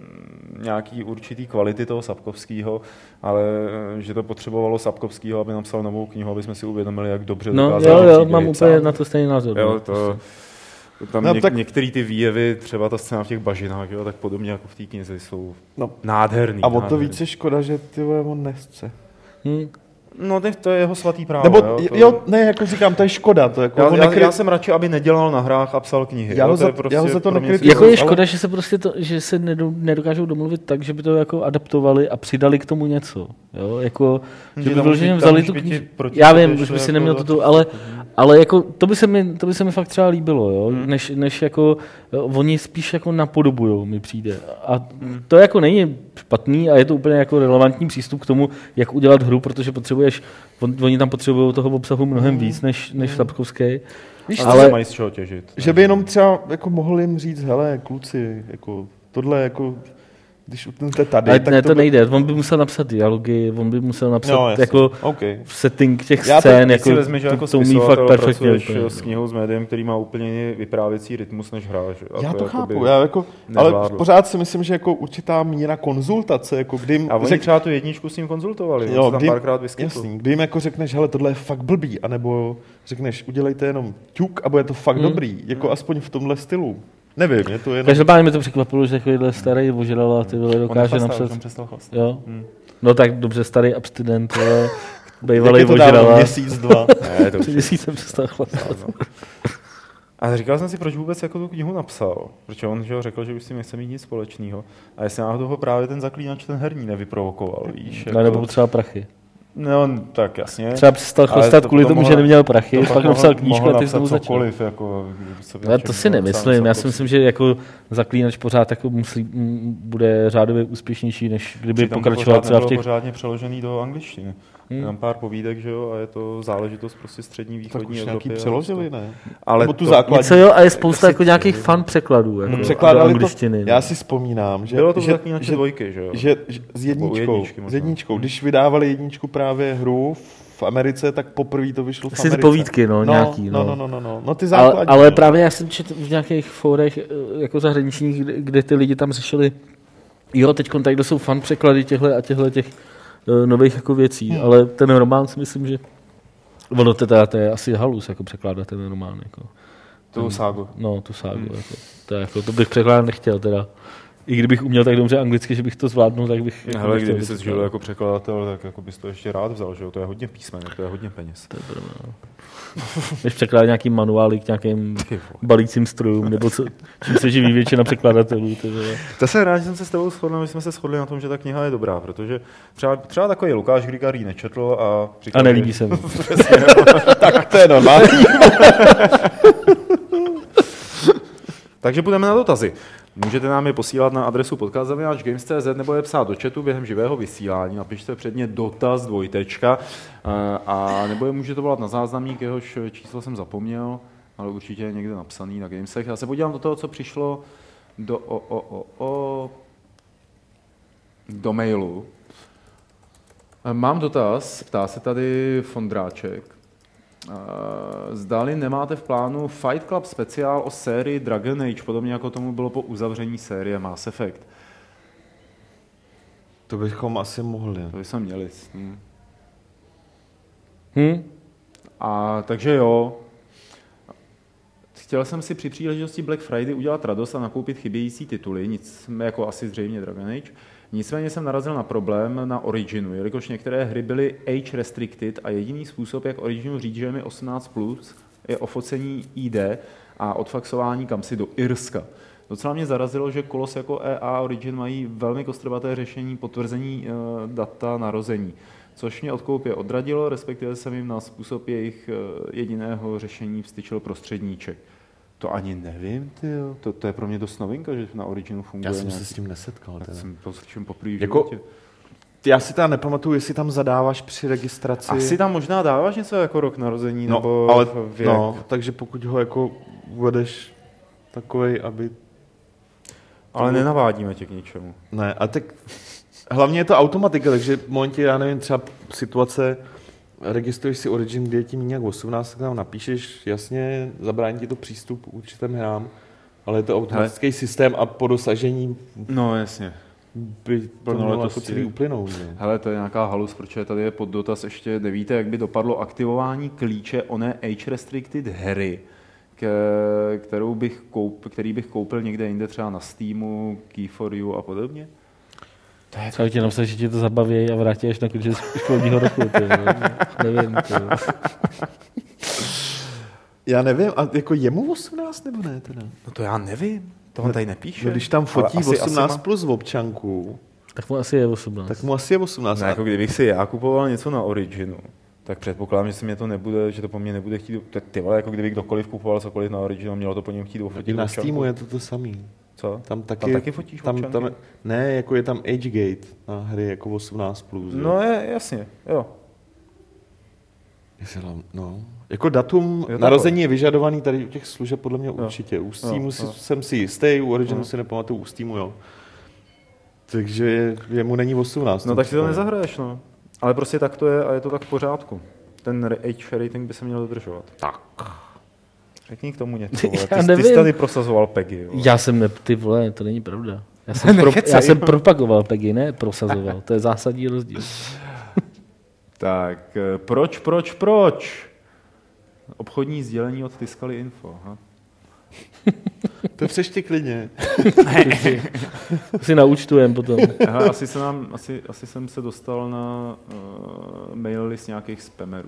nějaký určitý kvality toho Sapkovského, ale že to potřebovalo Sapkovského, aby napsal novou knihu, aby jsme si uvědomili, jak dobře dokázal. Jo, mám úplně na to stejný názor. Jo, tam některé ty výjevy, třeba ta scéna v těch bažinách, jo, tak podobně jako v té knize jsou nádherný. A o to víc je škoda, že on nechce. No, to je jeho svatý právo. Nebo, jako říkám, to je škoda. To jako já jsem radši, aby nedělal na hrách a psal knihy. Já ho za to nekritizuji. Jako je škoda, že se prostě že se nedokážou domluvit tak, že by to jako adaptovali a přidali k tomu něco. Jo? Jako, že by vyloženě vzali tu knihu. Já vím, už by si neměl to, ale jako, to by se mi fakt třeba líbilo, jo? Než jako oni spíš jako napodobujou, mi přijde. A to jako není špatný a je to úplně jako relevantní přístup k tomu, jak udělat hru, protože oni tam potřebují toho obsahu mnohem víc než Sapkovský. Ale mají z čeho těžit. Že by jenom třeba jako mohl jim říct, hele, kluci, jako tohle jako když utnete tady, ale tak ne, to nejde. On by musel napsat dialogy, on by musel napsat jako setting těch scén. Já si vezmi, že jako spisovatel pracuješ s knihou s médiem, který má úplně vyprávěcí rytmus, než hráš. Já to chápu, ale pořád si myslím, že jako určitá míra konzultace, jako kdy jim... A oni třeba tu jedničku s ním konzultovali, on se tam párkrát vyskytl. Jasný, kdy jim jako řekneš, hele, tohle je fakt blbý, anebo řekneš, udělejte jenom ťuk a bude to fakt dobrý, jako aspoň v tomhle stylu. Nevím, je to jenom... Každopádně mi to překvapilo, že takovýhle starý ožral a ty vole dokáže napsat... On přestal chlastat. Jo? No tak dobře, starý abstinent, ale bejvalej ožral. Jak je to dávno, měsíc, 2? Ne, to před měsícem přestal chlastat. A říkal jsem si, proč vůbec jako tu knihu napsal. Protože on řekl, že už si nechce mít nic společného. A jestli náhodou ho právě ten zaklínač, ten herní nevyprovokoval, víš. No, nebo třeba prachy. No, tak jasně. Třeba přestal chlastat kvůli tomu, že neměl prachy, pak napsal knížku a teď znovu začal. Jako, to si nemyslím. Já si myslím, že jako zaklínač pořád jako bude řádově úspěšnější, než kdyby pokračoval třeba v těch... pořádně přeložený do angličtiny. Mám pár povídek, že jo, a je to záležitost prostě střední východní Evropy. Tak už nějaký přeložili, ne? Ale tu základní. Něco jo, a je spousta jako nějakých fan překladů. Jako překládali do angličtiny. Já si vzpomínám, že... Bylo to zaklínače dvojky, že jo? Že s jedničkou. Když vydávali jedničku právě hru v Americe, tak poprvé to vyšlo v Americe. Ty povídky, nějaký. No ty základní. Ale právě já jsem četl v nějakých fórech jako zahraničních, kde ty lidi tam řešili, jo, teď tady jsou fan překlady těchto těch nových jako věcí, ale ten román si myslím, že ono to je asi halus jako překládat ten román. Jako. Tu ságu. No, tu ságu. Jako, to bych překládat nechtěl teda. I kdybych uměl tak dobře anglicky, že bych to zvládnul, tak bych... Hele, kdyby se žil jako překladatel, tak jako bys to ještě rád vzal, že jo? To je hodně písmen, to je hodně peněz. To je pravda. Než překládat nějaký manuály k nějakým balícím strojům, nebo čím se živí většina překladatelů. To jsem rád, že jsem se s tebou shodl, my jsme se shodli na tom, že ta kniha je dobrá, protože třeba takový Lukáš Grigar ji nečetl a... A nelíbí se mu. Tak to je normální. Takže půjdeme na dotazy. Můžete nám je posílat na adresu podcast@games.cz nebo je psát do chatu během živého vysílání. Napište předně dotaz dvojtečka a nebo je můžete volat na záznamník, jehož číslo jsem zapomněl, ale určitě je někde napsaný na Gamesech. Já se podívám do toho, co přišlo do mailu. Mám dotaz, ptá se tady Fondráček. Zdali nemáte v plánu Fight Club speciál o sérii Dragon Age, podobně jako tomu bylo po uzavření série Mass Effect? To bychom asi mohli. To bychom měli. A takže jo. Chtěl jsem si při příležitosti Black Friday udělat radost a nakoupit chybějící tituly, nic jako asi zřejmě Dragon Age. Nicméně jsem narazil na problém na Originu, jelikož některé hry byly age restricted a jediný způsob, jak Originu říct, že je mi 18+, je ofocení ID a odfaxování kamsi do Irska. Docela mě zarazilo, že Kolos jako EA Origin mají velmi kostrbaté řešení potvrzení data narození, což mě od koupě odradilo, respektive jsem jim na způsob jejich jediného řešení vstyčil prostředníček. To ani nevím, tyjo. To je pro mě dost novinka, že na Originu funguje. Já jsem se s tím nesetkal. Tak jsem to slyším poprvé v jako, životě. Já si tam nepamatuju, jestli tam zadáváš při registraci. Asi tam možná dáváš něco jako rok narození nebo ale, věk. No, takže pokud ho jako uvedeš takovej, aby... Ale nenavádíme tě k ničemu. Ne, a tak hlavně je to automatika, takže v momentě, já nevím, třeba situace, registruješ si Origin, kde je ti nějak 18, tak tam napíšeš, jasně, zabrání ti to přístup k určitým hrám, ale je to automatický systém a po dosažení... No, jasně. By to mělo jako celý uplynout. Ne? Hele, to je nějaká halus, protože tady je pod dotaz ještě, nevíte, jak by dopadlo aktivování klíče oné age restricted hry, který bych koupil někde jinde, třeba na Steamu, Key4U a podobně? Třeba ti napsat, že ti to zabaví a vrátí až na konci školního roku. Nevím. Já nevím, a jako je mu 18 nebo ne teda? No to já nevím, to on tady nepíše. No, když tam fotí 18 plus v občanku, tak mu asi je 18. Tak mu asi je 18. No, jako kdybych si já kupoval něco na Originu, tak předpokládám, že se mě to nebude, že to po mně nebude chtít. Ty vole, jako kdyby kdokoliv kupoval cokoliv na Originu, mělo to po něm chtít ofotit. Na Steamu je to samý. Co? Tam taky fotíš tam, ne, jako je tam AgeGate na hry jako 18+. No je, jasně, jo. No. Jako datum narození je vyžadovaný tady u těch služeb podle mě určitě. U Steamu jsem si jistý, u Originu si nepamatuju, u Steamu jo. Takže jemu není 18. No tak si to nezahraješ, no. Ale prostě tak to je a je to tak v pořádku. Ten age rating by se měl dodržovat. Tak. Řekni k tomu něco, vole. Ty jsi tady prosazoval PEGI. Vole. Já jsem ty vole, to není pravda. Já jsem propagoval PEGI, ne prosazoval. To je zásadní rozdíl. Tak, proč? Obchodní sdělení od Tiscali Info. Aha. To přeště klidně. si naúčtujem potom. Aha, asi jsem se dostal na mail list nějakých spamerů.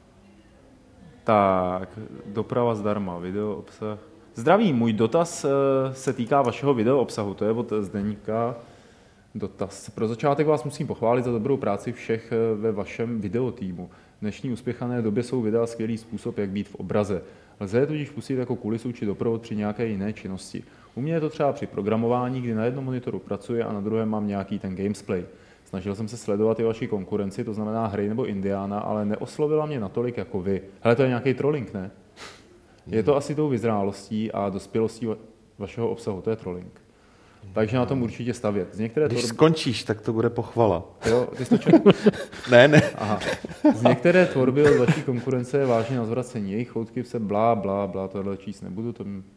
Tak, doprava zdarma, video obsah. Zdravím, můj dotaz se týká vašeho video obsahu, to je od Zdeníka. Dotaz. Pro začátek vás musím pochválit za dobrou práci všech ve vašem videotýmu. V dnešní uspěchané době jsou videa skvělý způsob, jak být v obraze. Lze je tudíž pustit jako kulisu či doprovod při nějaké jiné činnosti. U mě je to třeba při programování, kdy na jednom monitoru pracuji a na druhém mám nějaký ten gamesplay. Snažil jsem se sledovat i vaši konkurenci, to znamená Hry nebo Indiana, ale neoslovila mě natolik jako vy. Hele, to je nějaký trolling, ne? Je to asi tou vyzrálostí a dospělostí vašeho obsahu, to je trolling. Takže na tom určitě stavět. Když skončíš, tak to bude pochvala. Jo, ty jsi to četl? Ne. Aha. Z některé tvorby od vaší konkurence je vážně na zvracení. Jejich choutky se blá, tohle číst nebudu.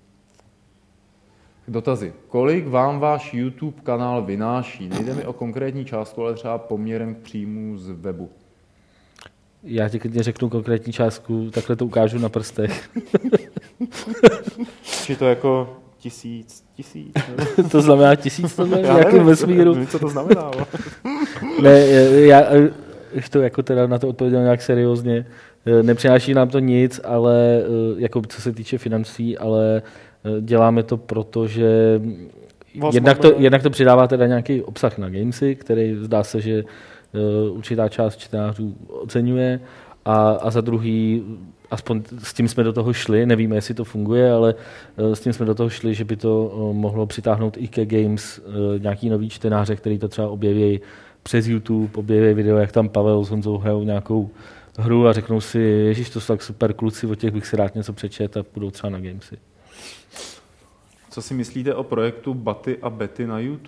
Dotazy. Kolik vám váš YouTube kanál vynáší? Nejde mi o konkrétní částku, ale třeba poměrem k příjmu z webu. Já ti klidně řeknu konkrétní částku, takhle to ukážu na prstech. Či to jako 1000. To znamená 1000 tohle? Jako vesmíru. Nevím, co to znamená. Ne, já to jako teda na to odpověděl nějak seriózně. Nepřináší nám to nic, ale jako co se týče financí, ale děláme to proto, že jednak to přidává teda nějaký obsah na Gamesy, který zdá se, že určitá část čtenářů oceňuje a za druhý, aspoň s tím jsme do toho šli, nevíme, jestli to funguje, ale s tím jsme do toho šli, že by to mohlo přitáhnout i ke Games nějaký nový čtenáře, který to třeba objeví přes YouTube, objeví video, jak tam Pavel s Honzou hrajou nějakou hru a řeknou si, ježiš, to jsou tak super kluci, od těch bych si rád něco přečet a půjdou třeba na Gamesy. Co si myslíte o projektu Baty a Betty na YouTube?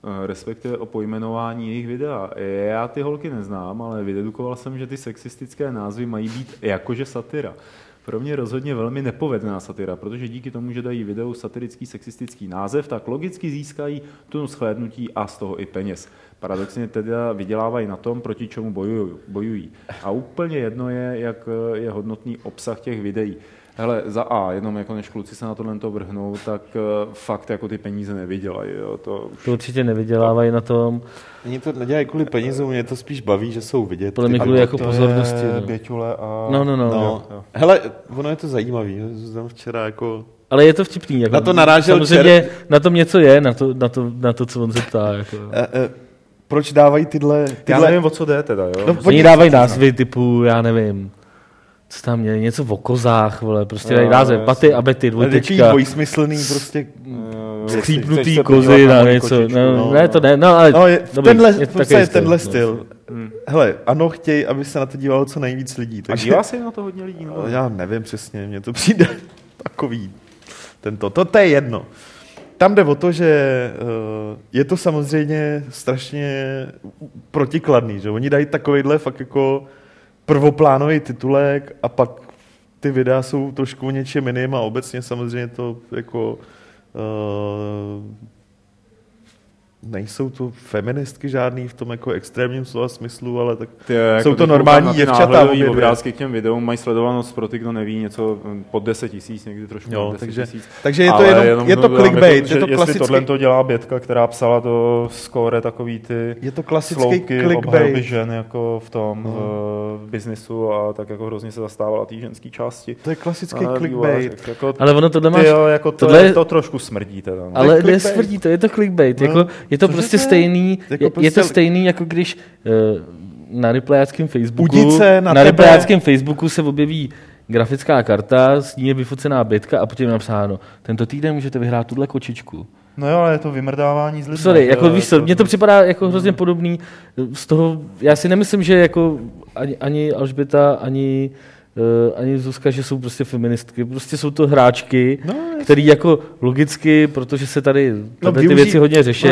respektive o pojmenování jejich videa. Já ty holky neznám, ale vydedukoval jsem, že ty sexistické názvy mají být jakože satira. Pro mě rozhodně velmi nepovedená satira, protože díky tomu, že dají videu satirický, sexistický název, tak logicky získají tunu shlédnutí a z toho i peněz. Paradoxně teda vydělávají na tom, proti čemu bojují. A úplně jedno je, jak je hodnotný obsah těch videí. Hele, za A, jenom jako než kluci se na tohle vrhnou, tak fakt jako ty peníze nevydělají. Jo, to určitě nevydělávají na tom. Oni to nedělají kvůli penězům, mě to spíš baví, že jsou vidět. Podle mě kvůli jako pozornosti. Běťule a... No. Hele, ono je to zajímavý, jsem včera jako... Ale je to vtipný. Jako, na to narážel samozřejmě na tom něco je, na to co on se ptá. Jako. Proč dávají tyhle... Já nevím, o co jde teda. Jo? No, oni dávají názvy typu, já nevím, co tam je, něco v kozách, vole, prostě dají název, paty a bety, dvojtečka. Takový dvojsmyslný prostě... Skřípnutý kozy na něco. Ne, to ne, no ale... No, je tenhle styl. Hele, ano, chtějí, aby se na to dívalo co nejvíc lidí. Takže... A dívá se na to hodně lidí? No? Já nevím přesně, mně to přijde takový... To je jedno. Tam jde o to, že je to samozřejmě strašně protikladný, že oni dají takovejhle fakt jako prvoplánový titulek a pak ty videa jsou trošku o něčem jiným a obecně samozřejmě to jako nejsou to feministky žádný v tom jako extrémním slova smyslu, ale tak jsou to normální děvčata. Obrázky k těm videům mají sledovanost pro ty, kdo neví, něco pod 10 000, někdy trošku pod 10 000. Takže je to je to clickbait. Je to klasický... Jestli tohle to dělá Bětka, která psala do Score takový ty je to klasický sloupky obhajoby žen jako v tom v biznisu a tak jako hrozně se zastávala té ženské části. To je klasický clickbait. Jako, ale ono tohle máš... Jako to trošku smrdí teda. No. Ale nesmrdí to, je to clickbait. Jako, je to prostě stejný, je to stejný, jako když na replajáckém Facebooku se objeví grafická karta, s ní je vyfocená Bětka a potom je napsáno, tento týden můžete vyhrát tuhle kočičku. No jo, ale je to vymrdávání z lidí. Sorry, jako víš co, mně to připadá jako hrozně podobný. Z toho, já si nemyslím, že jako ani Alžběta, ani Zuzka, že jsou prostě feministky. Prostě jsou to hráčky, který jako logicky, protože se tady ty věci hodně řeší,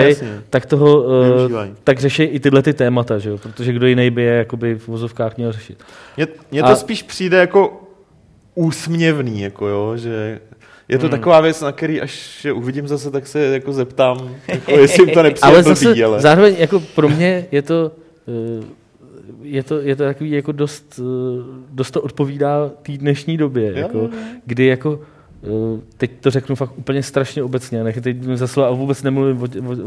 tak řeší i tyhle ty témata, že jo? Protože kdo jiný by je jakoby v vozovkách měl řešit. Mně to spíš přijde jako úsměvný, jako jo, že je to taková věc, na který až je uvidím zase, tak se jako zeptám, jako jestli jim to nepřijde blbý, ale... Zároveň jako pro mě je to... Je to takový jako dost to odpovídá té dnešní době, jako, kdy jako teď to řeknu fakt úplně strašně obecně, teď za slova a vůbec nemluvím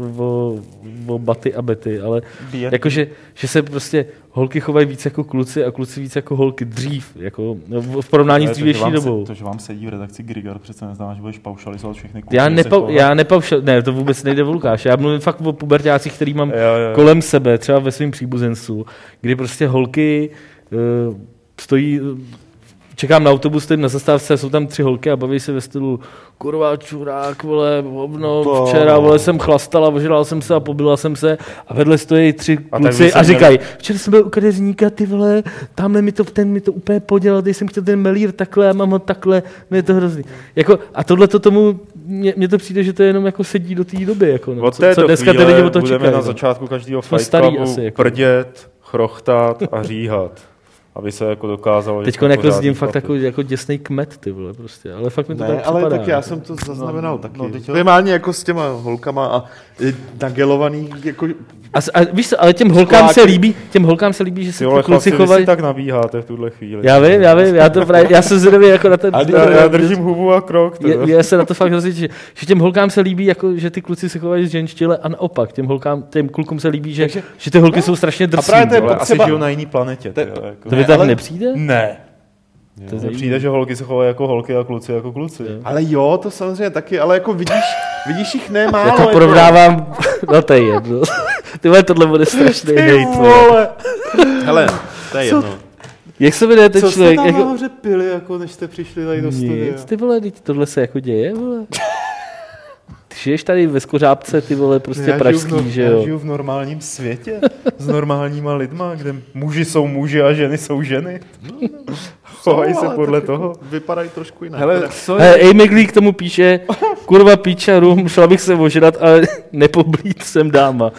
o baty a bety, ale jakože, že se prostě holky chovají víc jako kluci a kluci víc jako holky dřív, jako v porovnání s dřívější dobou. To, že vám sedí v redakci Grigar, přece neznamená, že budeš paušalizovat všechny kluky. Ne, to vůbec nejde o Lukáš. Já mluvím fakt o puberťácích, který mám kolem sebe, třeba ve svém příbuzenstvu, kdy prostě holky stojí... Čekám na autobus, teď na zastávce, jsou tam 3 holky a baví se ve stylu kurva, čurák, vole, včera, vole, jsem chlastala, ožrala jsem se a pobila jsem se a vedle stojí 3 kluci a říkají, včera jsem byl u kadeřníka, ty vole, tamhle mi to úplně podělal, teď jsem chtěl ten melír takhle a mám ho takhle, mě je to hrozný. Jako, a tohle to tomu, mně to přijde, že to jenom jako sedí do té doby, jako, no, co dneska ty lidi o to čekají. Budeme na začátku každého Fight Clubu jako prdět, chrochtat a říhat. Aby se jako dokázalo... Teďko jako s tím fakt jako děsnej kmet, ty vole, prostě, ale fakt mi to tak připadá. Ale tak já jsem to zaznamenal taky. Primárně jako s těma holkama a nagelovaný jako... A víš co, ale těm holkám se líbí, že se ty kluci chovají... tak nabíháte v tuhle chvíli. Já vím, já se zvědavý jako na ten... Já držím hubu a krok. Já se na to fakt hrozí, že těm holkám se líbí, jako, že ty kluci se chovají ženštile a naopak, těm klukům se líbí, že ty holky jsou strašně drsný. A právě to je asi žijou na jiný planetě. To by tak nepřijde? Ne. To přijde, že holky se chovají jako holky a kluci jako kluci. Ale jo, to samozřejmě taky, ale jako vidíš jich nemálo. Já to porovnávám, no to je jedno. Ty vole, tohle bude strašný hejt. Hele, to je jedno. Jak se jmenuje ten člověk? Co jste tam nahoře pili, jako než jste přišli tady do studia? Ty vole, tohle se jako děje, vole. Ty žiješ tady ve Skořápce, ty vole, prostě pražský, že jo? Já žiju v normálním světě, s normálníma lidma, kde muži jsou muži a ženy jsou ženy. chovají se podle toho. Vypadají trošku jinak. Hele, Amy k tomu píše, kurva píča rum, šla bych se ožrat, ale nepoblít jsem dáma.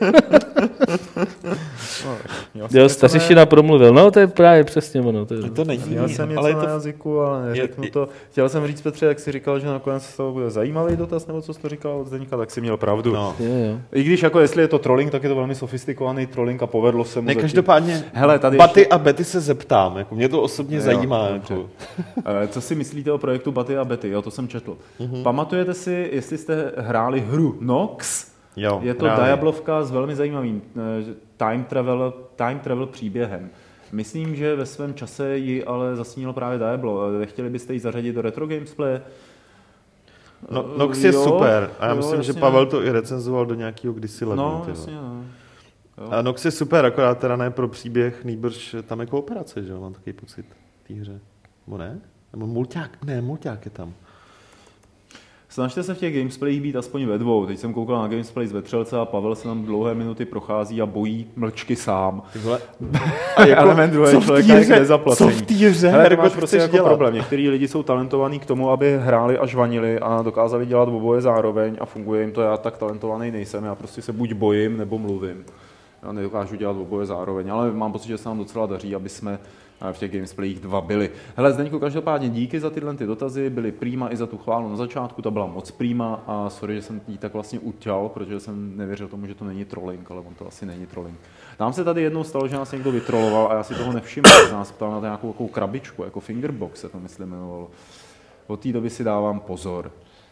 Jo, stařiština promluvil. No, to je právě přesně ono. To není. Měl jsem něco na jazyku, ale neřeknu to. Chtěl jsem říct, Petře, jak jsi říkal, že nakonec z toho bude zajímavý dotaz, nebo co jsi to říkal od Zdeňka, tak jsi měl pravdu. No. Jo. I když jako jestli je to trolling, tak je to velmi sofistikovaný trolling a povedlo se mu. Ne, každopádně, hele, tady Baty ještě... a Betty se zeptám, jako mě to osobně zajímá. Jako. Co si myslíte o projektu Baty a Betty? Jo, to jsem četl. Pamatujete si, jestli jste hráli hru Nox? Jo, je to Diablovka s velmi zajímavým time travel příběhem. Myslím, že ve svém čase ji ale zasnilo právě Diablo. Chtěli byste ji zařadit do Retro Gamesplay? No, Nox je super. A já myslím, že Pavel to i recenzoval do nějakého kdysi ledu. No, jasně, no. A Nox je super, akorát teda ne pro příběh, nýbrž tam je kooperace, že jo, mám takový pocit v té hře. Nebo ne? Nebo mulťák je tam. Snažte se v těch gamesplayích být aspoň ve dvou. Teď jsem koukal na gamesplay z Vetřelce a Pavel se tam dlouhé minuty prochází a bojí mlčky sám. A jako element druhého člověka je nezaplacení. Co v té hře? Hele, máš prostě jako problém. Některý lidi jsou talentovaní k tomu, aby hráli a žvanili a dokázali dělat oboje zároveň a funguje jim to. Já tak talentovaný nejsem. Já prostě se buď bojím, nebo mluvím. Já nedokážu dělat oboje zároveň, ale mám pocit, že se nám docela daří, aby jsme v těch gamesplayích dva byli. Hele, Zdeňku, každopádně díky za tyhle dotazy, byly prýma i za tu chválu na začátku, ta byla moc prýma a sorry, že jsem jí tak vlastně utěl, protože jsem nevěřil tomu, že to není trolling, ale on to asi není trolling. Nám se tady jednou stalo, že nás někdo vytroloval a já si toho nevšiml, že nás ptal na nějakou krabičku, jako fingerbox se to myslím jmenovalo. Od té doby si dávám pozor.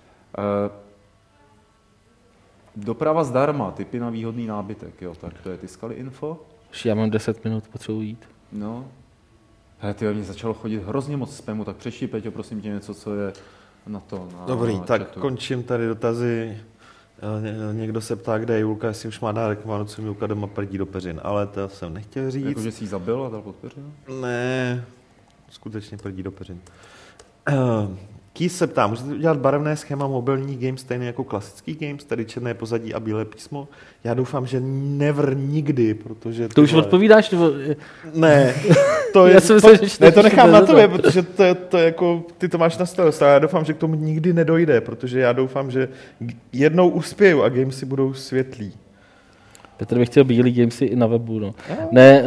Doprava zdarma, tipy na výhodný nábytek, jo, tak to je Tiskali info. Já mám 10 minut, potřebuji jít. No. Hele, ty, mě začalo chodit hrozně moc spamu, tak přečti, Peťo, prosím tě něco, co je na to. Dobrý, na tak chatu. končím tady dotazy. Někdo se ptá, kde je Julka, jestli už má dárek k Vánocům, Julka doma prdí do peřin, ale to jsem nechtěl říct. Jako, že jsi jí zabil a dal pod peřinu? Ne, skutečně prdí do peřin. Kýs se ptá, můžete udělat barevné schéma mobilní game stejně jako klasický games, tedy černé pozadí a bílé písmo? Já doufám, že never nikdy, protože... To už odpovídáš? Nebo... Ne, to je... to nechám na tobě, protože to jako, ty to máš na starost, a já doufám, že k tomu nikdy nedojde, protože já doufám, že jednou uspěju a gamesy budou světlí. Petr bych chtěl bílý gamesy i na webu, no. Ne,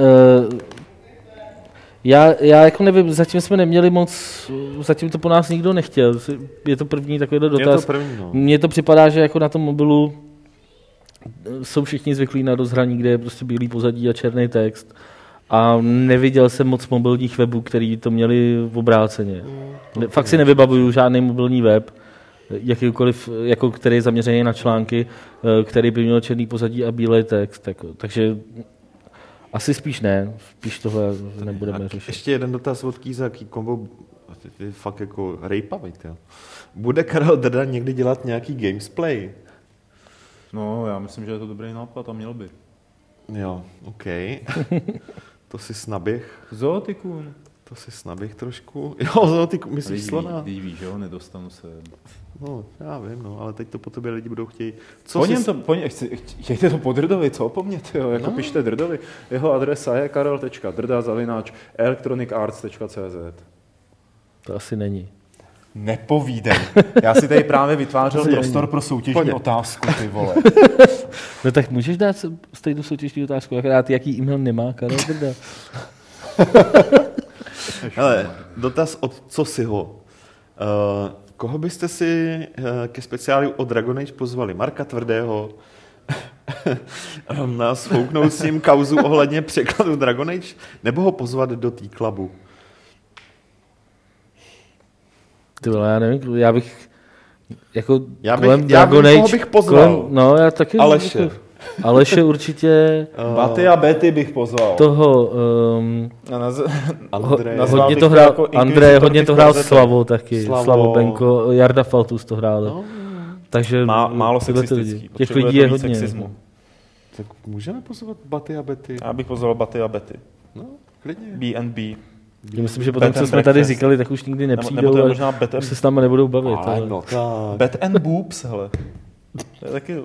já jako nevím, zatím jsme neměli moc, zatím to po nás nikdo nechtěl. Je to první takovýhle dotaz. Je to první, no. Mně to připadá, že jako na tom mobilu jsou všichni zvyklí na rozhraní, kde je prostě bílý pozadí a černý text. A neviděl jsem moc mobilních webů, který to měli v obráceně. Fakt si nevybavuju žádný mobilní web, jakýkoliv, jako který je zaměřený na články, který by měl černý pozadí a bílý text. Takže asi spíš ne, spíš tohle nebudeme řešit. Ještě jeden dotaz od Kýza, jaký kombo, je fakt jako rejpavý, jo. Bude Karel Drda někdy dělat nějaký gamesplay? No, já myslím, že je to dobrý nápad a měl by. Jo, OK. To si snaběh. Zootykun. To si snaběh trošku. Jo, zootykun, myslíš slona? Víš, jo, nedostanu se. No, já vím, no, ale teď to po tobě lidi budou chtít. Chtějte to po Drdovi, co po mně, tyjo, jako no. Pište Drdovi. Jeho adresa je karel.drda@electronicarts.cz. To asi není. Nepovídej. Já si tady právě vytvářel prostor pro soutěžní otázku, ty vole. No tak můžeš dát stejnou soutěžní otázku, akorát jaký e-mail nemá Karel Drda. Hele, dotaz od Cosiho. Koho byste si ke speciálu o Dragon Age pozvali? Marka Tvrdého na svouknoucím kauzu ohledně překladu Dragon Age, nebo ho pozvat do té klubu? Ty vole, já nevím, já bych jako Dragon Age... bych pozval. No, já taky... Aleše určitě... Baty a Betty bych pozval. Toho... hodně to hrál jako Andrej, hodně to hrál Slavo taky. Slavo Benko, Jarda Faltus to hrál. No. Takže málo sexistický. Těch lidí je hodně. Sexismu. Tak můžeme pozvat Baty a Betty? Já bych pozval Baty a Betty. No, klidně. B&B. Já myslím, že potom, co jsme tady říkali, tak už nikdy nepřijdou a se s námi nebudou bavit. No tak. Bet and Boobs, hele. To je taky...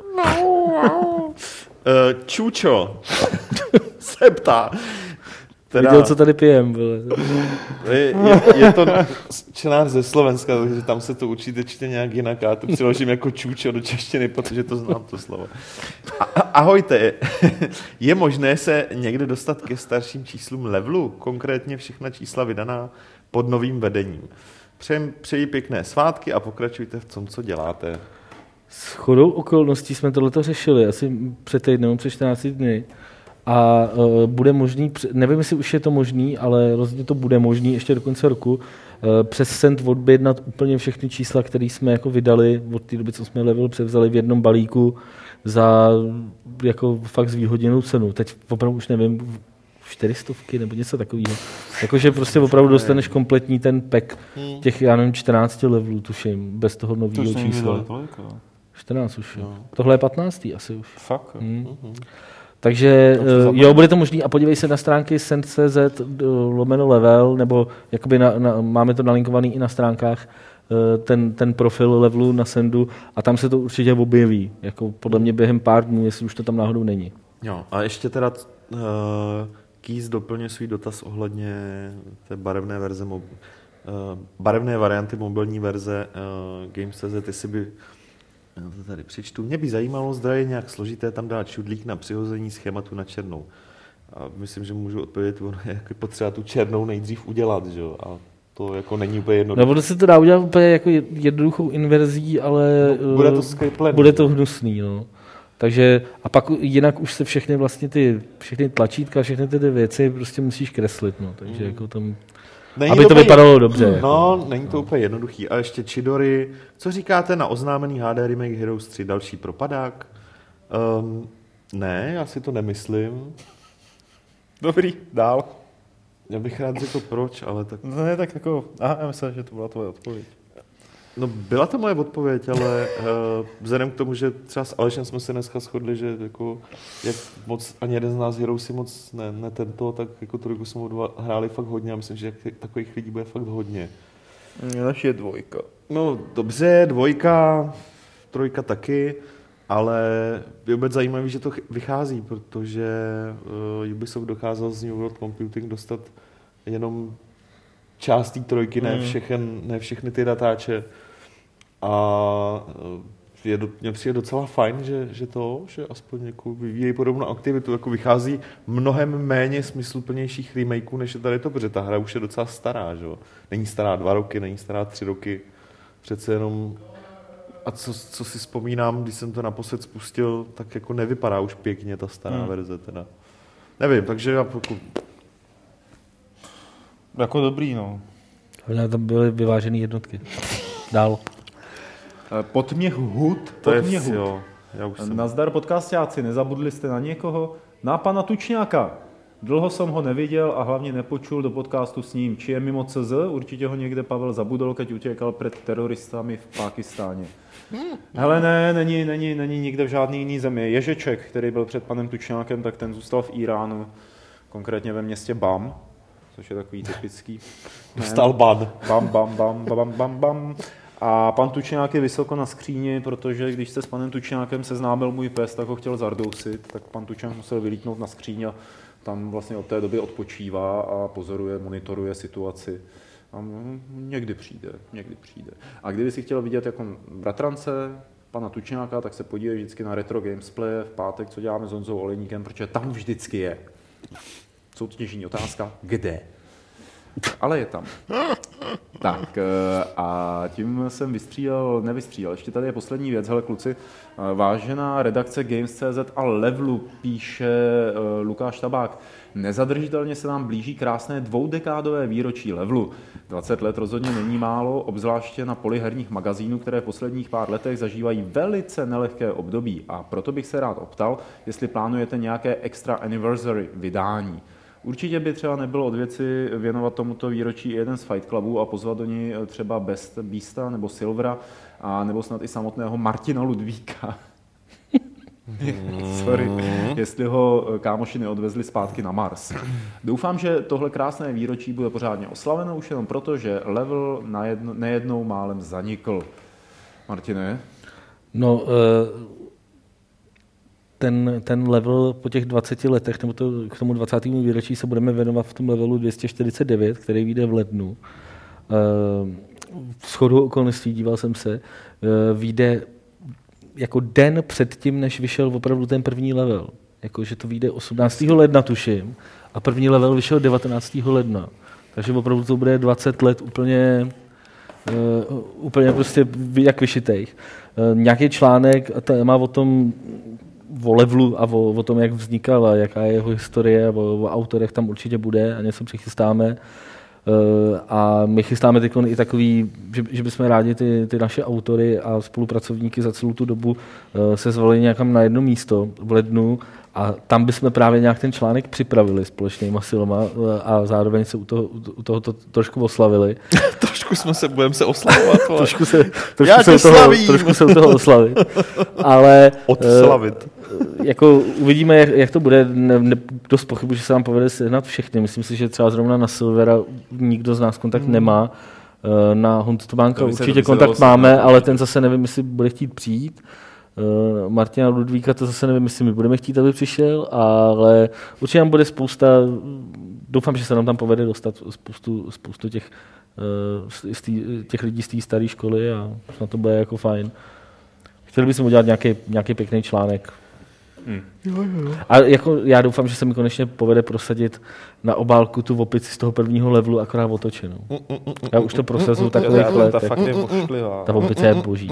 Čučo se ptá. Viděl, co tady pijem. Je to čtenář ze Slovenska, takže tam se to určitě čte nějak jinak. Já to přiložím jako čůčo do češtiny, protože to znám to slovo. Ahojte. Je možné se někde dostat ke starším číslům levelu? Konkrétně všechna čísla vydaná pod novým vedením. Přeji pěkné svátky a pokračujte v tom, co děláte. S chodou okolností jsme tohleto řešili asi před týdnem, před 14 dny. A bude možný, nevím, jestli už je to možný, ale rozhodně to bude možný ještě do konce roku, přes Send odbědnat úplně všechny čísla, které jsme jako vydali od té doby, co jsme level převzali v jednom balíku za jako fakt zvýhodněnou cenu. Teď opravdu už nevím, 400 nebo něco takového. Jakože prostě opravdu dostaneš kompletní ten pack těch, já nevím, 14 levelů, tuším, bez toho nového čísla. 14 už, jo. Tohle je 15. asi už. Fakt? Takže jo, bude to možný a podívej se na stránky send.cz/level, nebo jakoby máme to nalinkovaný i na stránkách, ten profil levelu na Sendu a tam se to určitě objeví, jako podle mě během pár dnů, jestli už to tam náhodou není. Jo, a ještě teda Keys doplňuje svůj dotaz ohledně té barevné varianty mobilní verze Games.cz, jestli by já to tady přečtu. Mě by zajímalo, zda je nějak složité tam dát šudlík na přihození schématu na černou. A myslím, že můžu odpovědět, ono je jako potřeba tu černou nejdřív udělat, že jo? A to jako není úplně jednoduché. No, se to dá udělat úplně jako jednoduchou inverzí, ale bude to hnusný, no. Takže a pak jinak už se všechny tlačítka, všechny ty věci prostě musíš kreslit, no. Takže jako tam aby to vypadalo dobře. No, není to úplně jednoduchý. A ještě Chidori. Co říkáte na oznámený HD Remake Heroes 3? Další propadák? Ne, já si to nemyslím. Dobrý, dál. Já bych rád řekl proč, ale tak... No ne, tak jako... Aha, já myslím, že to byla tvoje odpověď. No, byla to moje odpověď, ale vzhledem k tomu, že třeba s Alešem jsme se dneska shodli, že jako, jak moc ani jeden z nás Heroes si moc ne tento, tak jako trojku jsme hráli fakt hodně a myslím, že takových lidí bude fakt hodně. Naš je 2. No dobře, 2, 3 taky, ale je vůbec zajímavé, že to vychází, protože Ubisoft dokázal z New World Computing dostat jenom část té 3, ne všechny ty datáče. A mně přijde docela fajn, že aspoň jako vyvíjejí podobnou aktivitu. Jako vychází mnohem méně smysluplnějších remakeů, než je tady to, protože ta hra už je docela stará. Že? Není stará 2 roky, není stará 3 roky. Přece jenom... A co si vzpomínám, když jsem to naposled spustil, tak jako nevypadá už pěkně ta stará verze. Teda. Nevím, takže já jako dobrý, no. Ale tam byly vyvážené jednotky. Dál. Potměch hud. Nazdar podcastáci, nezabudli jste na někoho? Na pana Tučňáka. Dlouho jsem ho neviděl a hlavně nepočul do podcastu s ním. Či je mimo CZ? Určitě ho někde Pavel zabudol, keď utěkal před teroristami v Pákistáně. Hele, ne, není nikde v žádný jiný zemi. Ježeček, který byl před panem Tučňákem, tak ten zůstal v Iránu, konkrétně ve městě Bam, což je takový typický. Dostal ban. Bam. A pan Tučňák je vysoko na skříni, protože když se s panem Tučňákem seznámil můj pes, tak ho chtěl zardousit, tak pan Tučňák musel vylítnout na skříň a tam vlastně od té doby odpočívá a monitoruje situaci. A někdy přijde. A kdyby si chtěl vidět jako bratrance pana Tučňáka, tak se podívej vždycky na Retro Gamesplay v pátek, co děláme s Honzou Olejníkem, protože tam vždycky je. Soutěžní otázka, kde? Ale je tam. Tak a tím jsem nevystřílel. Ještě tady je poslední věc, hele kluci. Vážená redakce Games.cz a Levelu, píše Lukáš Tabák. Nezadržitelně se nám blíží krásné 2dekádové výročí Levelu. 20 let rozhodně není málo, obzvláště na poli herních magazínů, které v posledních pár letech zažívají velice nelehké období. A proto bych se rád optal, jestli plánujete nějaké extra anniversary vydání. Určitě by třeba nebylo od věci věnovat tomuto výročí i jeden z Fight Clubů a pozvat do ní třeba Beasta nebo Silvera a nebo snad i samotného Martina Ludvíka. Sorry, jestli ho kámoši neodvezli zpátky na Mars. Doufám, že tohle krásné výročí bude pořádně oslaveno už jenom proto, že Level nejednou málem zanikl. Martine? No, ten level po těch 20 letech, nebo k tomu 20. výročí se budeme věnovat v tom levelu 249, který vyjde v lednu. Shodou okolností, díval jsem se, vyjde jako den předtím, než vyšel opravdu ten první level. Jakože to vyjde 18. ledna, tuším, a první level vyšel 19. ledna. Takže opravdu to bude 20 let úplně prostě jak vyšitej. Nějaký článek má o tom, o levelu a o tom, jak vznikal a jaká je jeho historie, o autorech tam určitě bude a něco přichystáme. A my chystáme teď i takový, že bychom rádi ty naše autory a spolupracovníky za celou tu dobu se zvolili nějakam na jedno místo v lednu a tam bychom právě nějak ten článek připravili společnýma silama a zároveň se u toho trošku oslavili. Budeme se oslavovat. trošku se u toho oslavit. Ale odslavit. Jako uvidíme, jak to bude. Dost pochybuji, že se vám povede sehnat všechny. Myslím si, že třeba zrovna na Silvera nikdo z nás kontakt nemá. Na Huntobánka určitě kontakt máme, ale ten zase nevím, jestli bude chtít přijít. Martina Ludvíka to zase nevím, jestli my budeme chtít, aby přišel, ale určitě nám bude spousta, doufám, že se nám tam povede dostat spoustu těch lidí z té staré školy a na to bude jako fajn. Chtěli bychom udělat nějaký pěkný článek. A jako já doufám, že se mi konečně povede prosadit na obálku tu opici z toho prvního levelu akorát otočenou. Já už to prosazuju takových let. Ta opice je boží.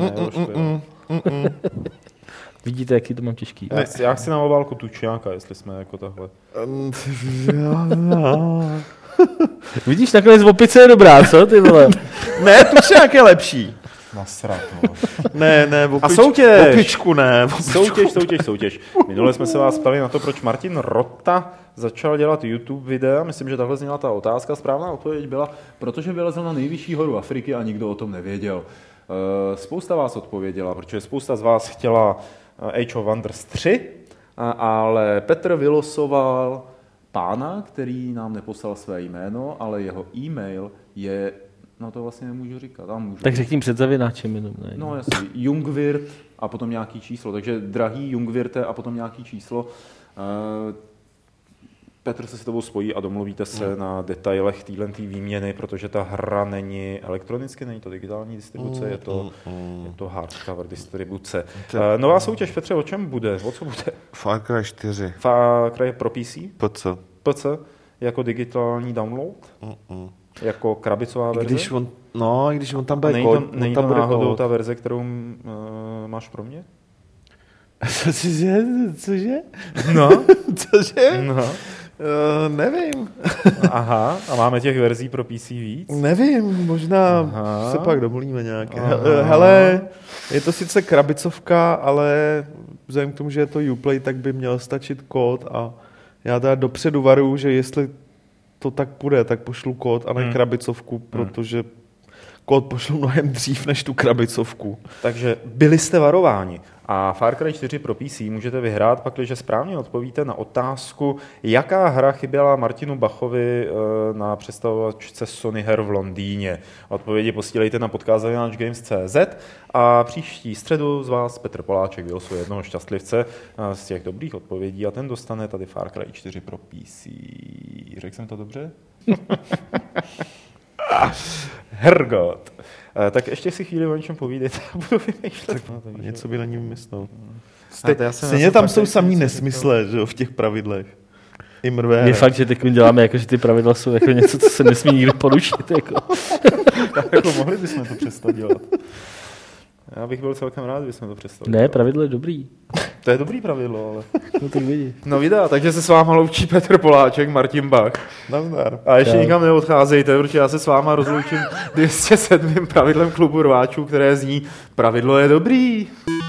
Vidíte, jaký to mám těžký. Já chci na obálku tučňáka, jestli jsme jako takhle. Vidíš, nakonec opice je dobrá, co ty vole? Ne, tučňák je lepší. Nasrat, no. Ne, a soutěž! Opičku ne. Soutěž. Minule jsme se vás ptali na to, proč Martin Rota začal dělat YouTube videa. Myslím, že takhle zněla ta otázka. Správná odpověď byla, protože vylezl na nejvyšší horu Afriky a nikdo o tom nevěděl. Spousta vás odpověděla, protože spousta z vás chtěla Age of Wonders 3, ale Petr vylosoval pána, který nám neposlal své jméno, ale jeho e-mail je... No to vlastně nemůžu říkat. Tak řekni před zavináčem jenom. Ne? No jasně, Jungwirth a potom nějaký číslo. Takže drahý Jungwirthe a potom nějaký číslo. Petr se s tebou spojí a domluvíte se na detailech této výměny, protože ta hra není elektronicky, není to digitální distribuce, je to hardcover distribuce. Nová soutěž, Petře, o čem bude? O co bude? Far Cry 4. Far Cry pro PC? PC. Jako digitální download? Jako krabicová verze? Když on tam bude kód. Není to náhodou ta verze, kterou máš pro mě? Cože? No. Cože? No. Nevím. Aha, a máme těch verzí pro PC víc? Nevím, možná se pak domluvíme nějaké. Hele, je to sice krabicovka, ale vzhledem k tomu, že je to Uplay, tak by měl stačit kód a já teda dopředu varuju, že jestli to tak bude, tak pošlu kód a ne krabicovku, protože kód pošlu mnohem dřív než tu krabicovku. Takže byli jste varováni. A Far Cry 4 pro PC můžete vyhrát, pakliže správně odpovíte na otázku, jaká hra chyběla Martinu Bachovi na představovačce Sony her v Londýně. Odpovědi posílejte na podcast@games.cz a příští středu z vás Petr Poláček vylosuje jednoho šťastlivce z těch dobrých odpovědí a ten dostane tady Far Cry 4 pro PC. Řekl jsem to dobře? Hergot. Tak ještě si chvíli o něčem povídejte a budu vymýšlet. Něco by na ním myslel. Stejně tam jsou samý nesmysle, že jo, v těch pravidlech. Je fakt, že teď děláme, jako, že ty pravidla jsou jako něco, co se nesmí nikdo porušit. Jako. Jako mohli bychom to přestat dělat. Já bych byl celkem rád, kdybychom to přestali. Ne, pravidlo je dobrý. To je dobrý pravidlo, ale... No tak vidíš. No videa, takže se s váma loučí Petr Poláček, Martin Bach. Nazdar. A ještě nikam neodcházejte, protože já se s váma rozloučím 207. pravidlem klubu rváčů, které zní pravidlo je dobrý.